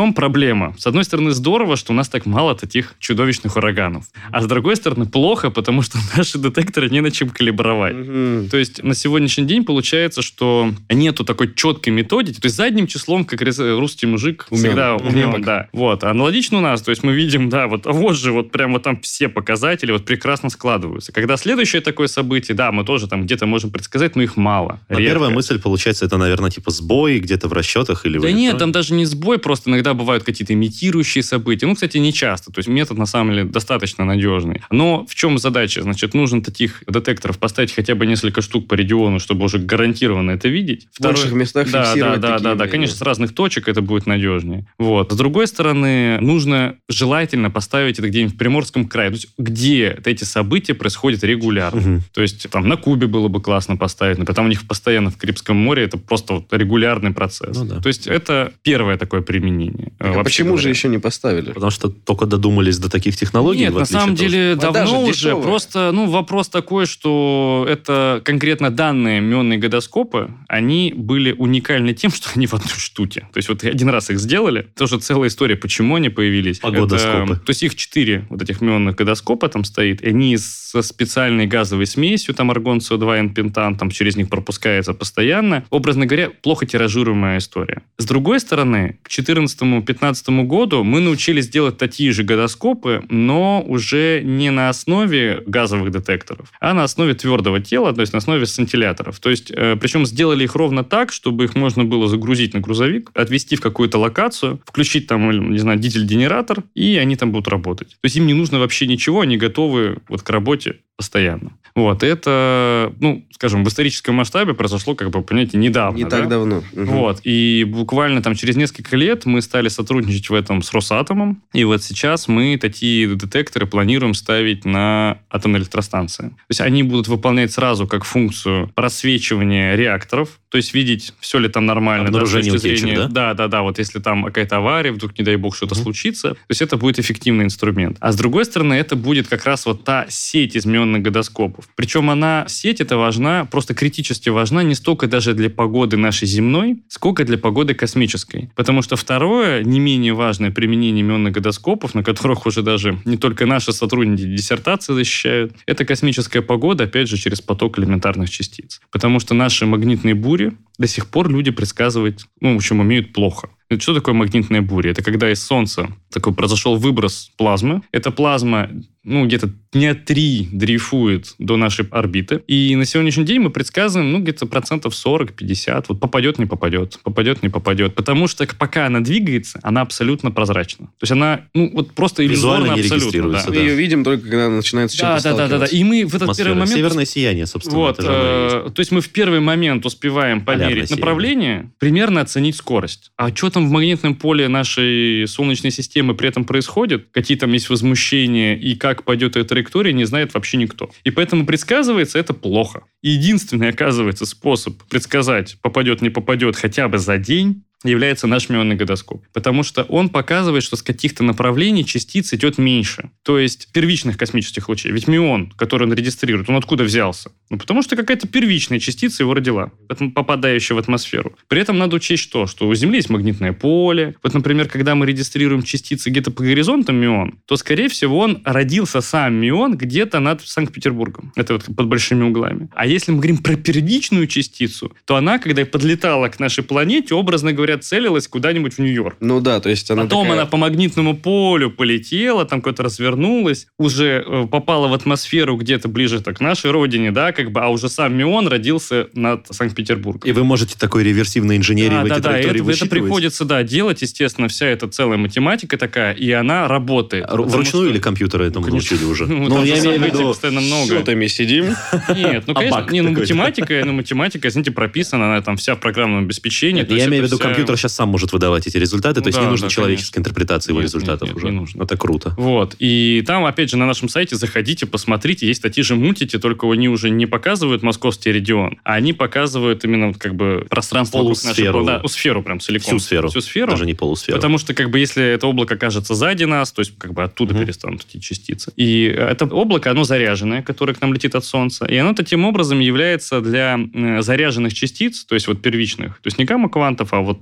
чем проблема? С одной стороны, здорово, что у нас так мало таких чудовищных ураганов. А с другой стороны, плохо, потому что наши детекторы не на чем калибровать. Mm-hmm. То есть на сегодняшний день получается, что нету такой четкой методики. То есть задним числом, как русский мужик, умен. всегда умен. умен да. Вот. Аналогично у нас. То есть мы видим, да, вот, а вот же вот прямо там все показатели вот прекрасно складываются. Когда следующее такое событие, да, мы тоже там где-то можем предсказать, но их мало. А первая мысль, получается, это, наверное, типа сбой где-то в расчетах или... Да нет, там даже не сбой, просто иногда бывают какие-то имитирующие события. Ну, кстати, не часто. То есть метод, на самом деле, достаточно надежный. Но в чем задача? Значит, нужно таких детекторов поставить хотя бы несколько штук по региону, чтобы уже гарантированно это видеть. В больших местах да, фиксировать да, да, да, да, конечно, с разных точек это будет надежнее. Вот. С другой стороны, нужно желательно поставить это где-нибудь в Приморском крае, то есть где эти события происходят регулярно. Угу. То есть там на Кубе было бы классно поставить, например, там у них постоянно в Карибском море это просто вот регулярный процесс. Ну, да. То есть это первое такое применение. А почему говоря. же еще не поставили? Потому что только додумались до таких технологий. Нет, на самом деле того, давно уже. Дешевые. Просто ну, вопрос такой, что это конкретно данные мионные гадоскопы, они были уникальны тем, что они в одной штуке. То есть вот один раз их сделали, тоже целая история, почему они появились. Погодоскопы. Это, то есть их четыре вот этих мионных гадоскопа там стоит, и они со специальной газовой смесью, там аргон, С О два, N-пентан, там через них пропускается постоянно. Образно говоря, плохо тиражируемая история. С другой стороны, к четырнадцатому-пятнадцатому году мы научились делать такие же гадоскопы, но уже не на основе газовых детекторов, а на основе твердого тела, то есть на основе сцинтилляторов. То есть, э, причем сделали их ровно так, чтобы их можно было загрузить на грузовик, отвезти в какую-то локацию, включить там, не знаю, дизель-генератор, и они там будут работать. То есть им не нужно вообще ничего, они готовы вот к работе постоянно. Вот, это, ну, скажем, в историческом масштабе произошло, как бы, понятие, недавно. Не да? так давно. Угу. Вот, и буквально там через несколько лет мы стали сотрудничать в этом с Росатомом, и вот сейчас мы такие детекторы планируем ставить на атомные электростанции. То есть они будут выполнять сразу как функцию просвечивания реакторов, то есть видеть, все ли там нормально. Обнаружение да, с точки утечек, зрения, да? Да, да, да, вот если там какая-то авария, вдруг, не дай бог, что-то угу. случится, то есть это будет эффективный инструмент. А с другой стороны, это будет как раз вот та сеть из мионных гадоскопов. Причем она, сеть эта важна, просто критически важна не столько даже для погоды нашей земной, сколько для погоды космической. Потому что второе, не менее важное применение мионных гадоскопов, на которых уже даже не только наши сотрудники диссертации защищают, это космическая погода, опять же, через поток элементарных частиц. Потому что наши магнитные бури до сих пор люди предсказывать, ну, в общем, умеют плохо. Что такое магнитная буря? Это когда из Солнца такой произошел выброс плазмы. Эта плазма, ну, где-то дня три дрейфует до нашей орбиты. И на сегодняшний день мы предсказываем, ну, где-то процентов сорок-пятьдесят. Вот попадет, не попадет. Попадет, не попадет. Потому что пока она двигается, она абсолютно прозрачна. То есть она, ну, вот просто иллюзорно абсолютно. Да. Мы ее видим только, когда она начинает с чем-то да, сталкиваться. Да, да, да. И мы в этот Атмосфера. первый момент... Северное сияние, собственно. Вот, э, то есть мы в первый момент успеваем померить направление, примерно оценить скорость. А что там в магнитном поле нашей Солнечной системы при этом происходит, какие там есть возмущения и как пойдет эта траектория, не знает вообще никто. И поэтому предсказывается это плохо. И единственный, оказывается, способ предсказать, попадет, не попадет хотя бы за день, является наш мионный гадоскоп. Потому что он показывает, что с каких-то направлений частиц идет меньше. То есть первичных космических лучей. Ведь мион, который он регистрирует, он откуда взялся? Ну, потому что какая-то первичная частица его родила, попадающая в атмосферу. При этом надо учесть что? Что у Земли есть магнитное поле. Вот, например, когда мы регистрируем частицы где-то по горизонтам мион, то, скорее всего, он родился сам мион где-то над Санкт-Петербургом. Это вот под большими углами. А если мы говорим про первичную частицу, то она, когда подлетала к нашей планете, образно говоря, целилась куда-нибудь в Нью-Йорк. Ну да, то есть она Потом такая... она по магнитному полю полетела, там куда-то развернулась, уже э, попала в атмосферу где-то ближе так, к нашей родине, да, как бы, а уже сам мион родился над Санкт-Петербургом. И вы можете такой реверсивной инженерии да, в эти да, траектории да, это, это приходится, да, делать, естественно, вся эта целая математика такая, и она работает. А вручную что... или компьютеры этому научили уже? Ну, ну я имею в виду... постоянно много. Сотами сидим. Нет, ну, конечно, не, ну, математика, ну, математика, извините, прописана, она там вся в программном обеспечении. Я имею в виду, компьютер сейчас сам может выдавать эти результаты, то есть не нужно человеческой интерпретации его результатов уже. Не нужно. Это круто. Вот. И там, опять же, на нашем сайте заходите, посмотрите, есть такие же мультики, только они уже не показывают московский регион, а они показывают именно как бы пространство вокруг нашей планеты. Да, сферу прям целиком. Всю сферу. Всю сферу. Даже не полусферу. Потому что как бы если это облако окажется сзади нас, то есть как бы оттуда угу. перестанут эти частицы. И это облако, оно заряженное, которое к нам летит от Солнца, и оно таким образом является для заряженных частиц, то есть вот первичных, то есть не гамма-квантов, а вот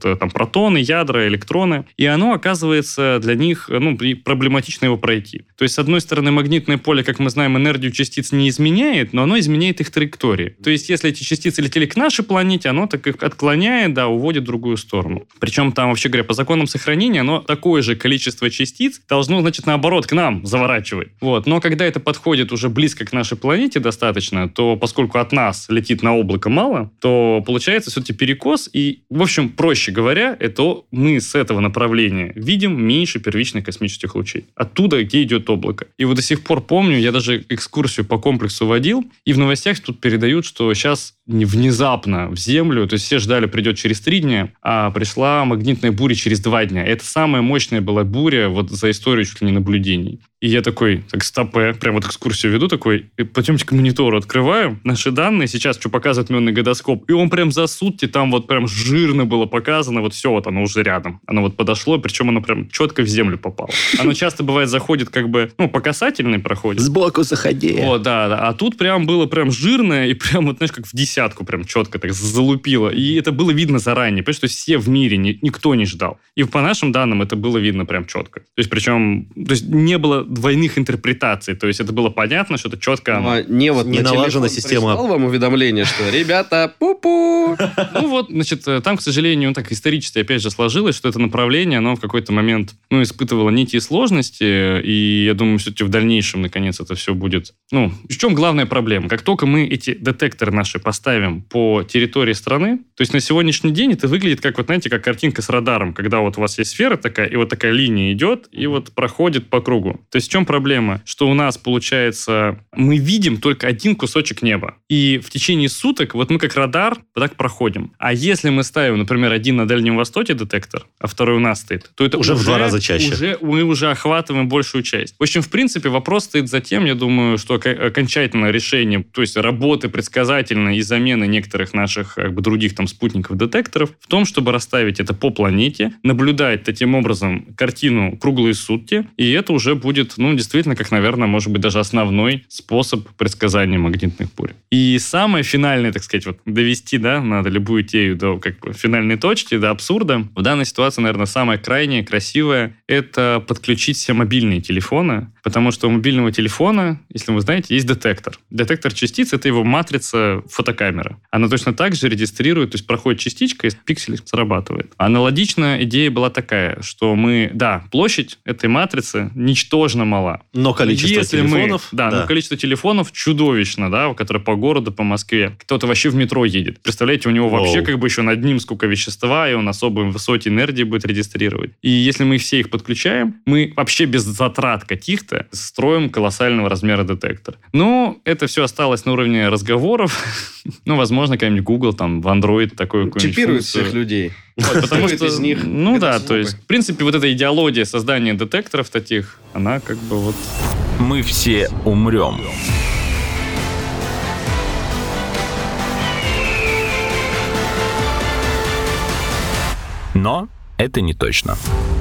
это там протоны, ядра, электроны, и оно оказывается для них, ну, проблематично его пройти. То есть, с одной стороны, магнитное поле, как мы знаем, энергию частиц не изменяет, но оно изменяет их траектории. То есть, если эти частицы летели к нашей планете, оно так их отклоняет, да, уводит в другую сторону. Причем там, вообще говоря, по законам сохранения, оно такое же количество частиц должно, значит, наоборот, к нам заворачивать. Вот. Но когда это подходит уже близко к нашей планете достаточно, то поскольку от нас летит на облако мало, то получается все-таки перекос. И, в общем, проще говоря, это мы с этого направления видим меньше первичных космических лучей. Оттуда, где идет облако. И вот до сих пор помню, я даже экскурсию по комплексу водил, и в новостях тут передают, что сейчас внезапно в Землю, то есть все ждали, придет через три дня, а пришла магнитная буря через два дня. Это самая мощная была буря вот за историю чуть ли не наблюдений. И я такой, так, стопэ, прям вот экскурсию веду такой, пойдемте к монитору открываю, наши данные, сейчас что показывает мионный годоскоп, и он прям за сутки, там вот прям жирно было показано, вот все, вот оно уже рядом. Оно вот подошло, причем оно прям четко в Землю попало. Оно часто бывает заходит как бы, ну, по касательной проходит. Сбоку заходи. О, да, да. А тут прям было прям жирное, и прям вот, знаешь, как в десятку прям четко так залупило. И это было видно заранее, потому что все в мире, ни, никто не ждал. И по нашим данным это было видно прям четко. То есть причем, то есть не было двойных интерпретаций. То есть это было понятно, что это четко... Ну, а не вот не на налажена система. Прислал вам уведомление, что, ребята, пу-пу! Ну вот, значит, там, к сожалению, так исторически, опять же, сложилось, что это направление, оно в какой-то момент, ну, испытывало некие сложности, и я думаю, все-таки в дальнейшем, наконец, это все будет... Ну, в чем главная проблема? Как только мы эти детекторы наши поставим по территории страны, то есть на сегодняшний день это выглядит как, вот знаете, как картинка с радаром, когда вот у вас есть сфера такая, и вот такая линия идет, и вот проходит по кругу. То есть в чем проблема? Что у нас, получается, мы видим только один кусочек неба. И в течение суток вот мы как радар так проходим. А если мы ставим, например, один на Дальнем Востоке детектор, а второй у нас стоит, то это уже, уже в два раза чаще. Уже, мы уже охватываем большую часть. В общем, в принципе, вопрос стоит за тем, я думаю, что окончательное решение, то есть работы предсказательной и замены некоторых наших как бы, других там спутников-детекторов в том, чтобы расставить это по планете, наблюдать таким образом картину круглые сутки, и это уже будет, ну, действительно, как, наверное, может быть, даже основной способ предсказания магнитных бурь. И самое финальное, так сказать, вот довести, да, надо любую идею до как бы финальной точки, до абсурда. В данной ситуации, наверное, самое крайнее, красивое, это подключить все мобильные телефоны, потому что у мобильного телефона, если вы знаете, есть детектор. Детектор частиц — это его матрица фотокамеры. Она точно так же регистрирует, то есть проходит частичка, и пиксель срабатывает. Аналогично идея была такая, что мы, да, площадь этой матрицы ничтожно мала. Но количество Если телефонов... Мы, да, да, но количество телефонов чудовищно, да, которые по городу, по Москве. Кто-то вообще в метро едет. Представляете, у него Воу. вообще как бы еще над ним сколько вещества, и он особо высокие энергии будет регистрировать. И если мы все их подключаем, мы вообще без затрат каких-то строим колоссального размера детектор. Но это все осталось на уровне разговоров. Ну, возможно, какой-нибудь Google там в Android такой какую-нибудь Чипирует функцию. всех людей. Вот, потому что, из них ну да, катастрофы. то есть, в принципе, вот эта идеология создания детекторов таких, она как бы вот... Мы все умрем. Но это не точно.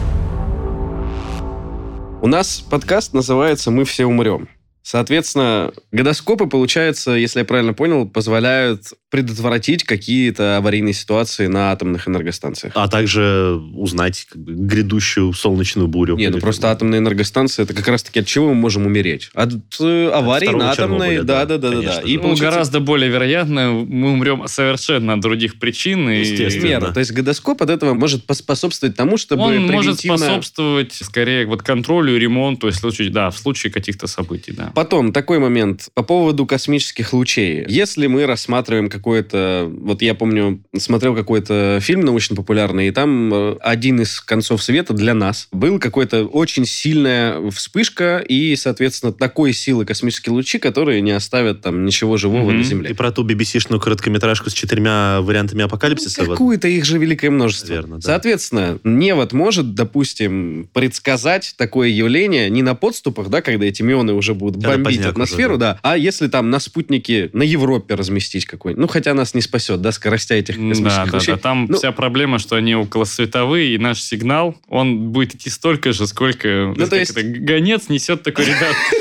У нас подкаст называется «Мы все умрем». Соответственно, годоскопы, получается, если я правильно понял, позволяют предотвратить какие-то аварийные ситуации на атомных энергостанциях. А также узнать как бы, грядущую солнечную бурю. Не, ну просто атомная энергостанция, это как раз-таки от чего мы можем умереть? От э, аварии второго на атомной... Чернобыля, да, Да-да-да. конечно И же. Ну, получается... гораздо более вероятно, мы умрем совершенно от других причин. И... Естественно. Примерно. То есть годоскоп от этого может поспособствовать тому, чтобы Он превентивно... может способствовать скорее вот контролю и ремонту, в случае, да, в случае каких-то событий, да. Потом, такой момент по поводу космических лучей. Если мы рассматриваем какое-то... Вот я помню, смотрел какой-то фильм научно-популярный, и там один из концов света для нас был какой-то очень сильная вспышка и, соответственно, такой силы космические лучи, которые не оставят там ничего живого Мгм. на Земле. И про ту би би си-шную короткометражку с четырьмя вариантами апокалипсиса. Ну, какую-то их же великое множество. Верно, да. Соответственно, невод может, допустим, предсказать такое явление не на подступах, да, когда эти мионы уже будут Когда бомбить поздняк атмосферу, уже, да, а если там на спутнике на Европе разместить какой-нибудь. Ну, хотя нас не спасет, да, скоростя этих Да, космических да, лучей. да. Там Ну, вся проблема, что они околосветовые, и наш сигнал, он будет идти столько же, сколько Ну, то как есть- это, гонец несет такой, ребят,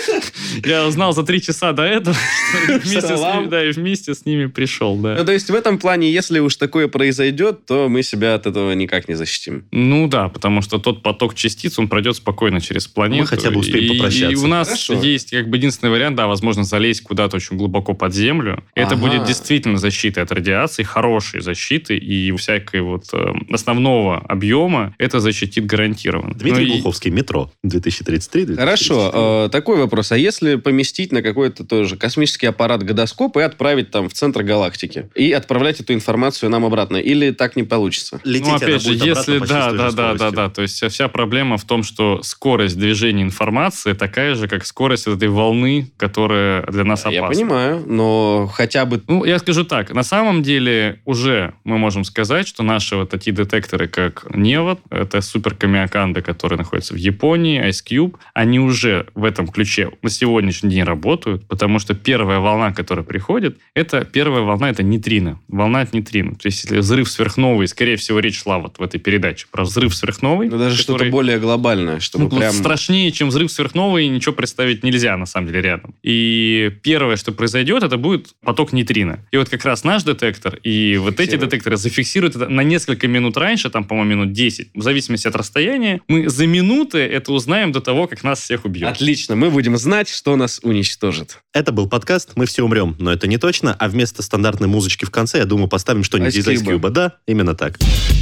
Я узнал за три часа до этого, что вместе с Салам. ними, да, и вместе с ними пришел, да. Ну, то есть в этом плане, если уж такое произойдет, то мы себя от этого никак не защитим. Ну да, потому что тот поток частиц, он пройдет спокойно через планету. Мы хотя бы успеем и, попрощаться. И у нас Хорошо. есть как бы единственный вариант, да, возможно, залезть куда-то очень глубоко под землю. Это Ага. будет действительно защитой от радиации, хорошей защиты, и всякой вот э, основного объема это защитит гарантированно. Дмитрий Ну и- Глуховский, метро, две тысячи тридцать три. Хорошо, э, такой вопрос. А если поместить на какой-то тоже космический аппарат годоскоп и отправить там в центр галактики? И отправлять эту информацию нам обратно? Или так не получится? Лететь Ну, она опять же, будет обратно если почти с да, той да, же да, да, скоростью. да, то есть вся, вся проблема в том, что скорость движения информации такая же, как скорость этой волны, которая для нас опасна. Я понимаю, но хотя бы... Ну, я скажу так, на самом деле уже мы можем сказать, что наши вот такие детекторы, как Невод, это суперкамиоканды, которые находятся в Японии, Ice Cube, они уже в этом ключе на сегодняшний день работают, потому что первая волна, которая приходит, это первая волна, это нейтрино, волна от нейтрино. То есть, если взрыв сверхновой, скорее всего, речь шла вот в этой передаче про взрыв сверхновой. Ну, даже который- что-то более глобальное, чтобы ну, вот прям... страшнее, чем взрыв сверхновой, ничего представить нельзя, на самом деле, рядом. И первое, что произойдет, это будет поток нейтрино. И вот как раз наш детектор и вот эти Фиксирует. детекторы зафиксируют это на несколько минут раньше, там, по-моему, минут десять, в зависимости от расстояния. Мы за минуты это узнаем до того, как нас всех убьют. Отлично, мы будем знать, что нас уничтожит. Это был подкаст «Мы все умрем», но это не точно, а вместо стандартной музычки в конце, я думаю, поставим что-нибудь Ice из Ice Cube. Cube. Да, именно так.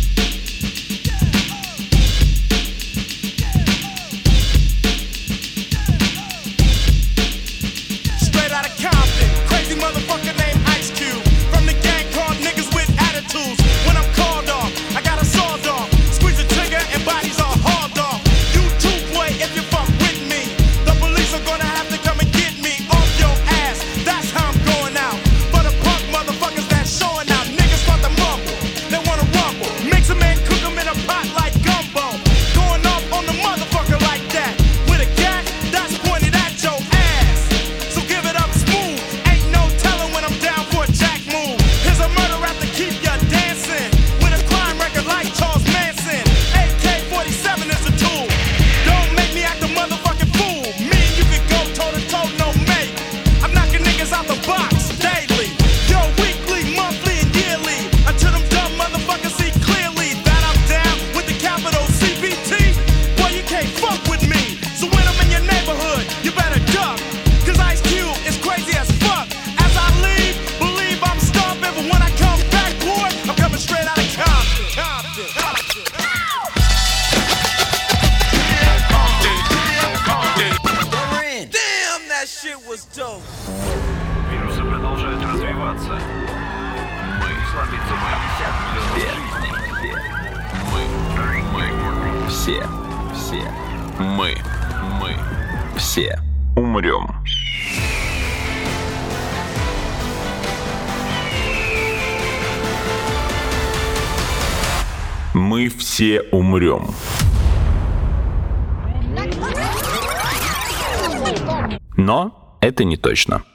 Straight out of Compton, crazy motherfucker named Ice Cube. From the gang called niggas with attitudes. When I'm called off, I got a sawed off. Squeeze the trigger and bodies are hauled off. You too, boy, if you fuck with me. The police are gonna have to come and get me off your ass. That's how I'm going out. For the punk motherfuckers that's showing out. Niggas want to mumble, they wanna rumble. Mix 'em and cook 'em in a pot like gumbo. Going off on the motherfucker like that. With a gat that's pointed at your ass. So give it up smooth. Ain't no telling when I'm down for a jack move. Here's a murder rap to keep ya dancing. With a crime record like Charles Manson. A K forty-seven is a tool. Don't make me act a motherfucking fool. Me and you can go toe to toe, no mate. I'm knocking niggas out the box daily. Yo, weekly, monthly, and yearly. Until them dumb motherfuckers see clearly that I'm down with the capital C B T. Boy, you can't fuck with me. So when I'm in your neighborhood, you better duck. Cause Ice Cube is crazy as fuck. As I leave, believe I'm stomping. But when I come back, boy, I'm coming straight out of Compton. Compton. Compton. Damn, that shit was dope. Вирусы продолжают развиваться. Мы сломиться мы все, все, мы, мы, все умрем. Мы все умрем. Но это не точно.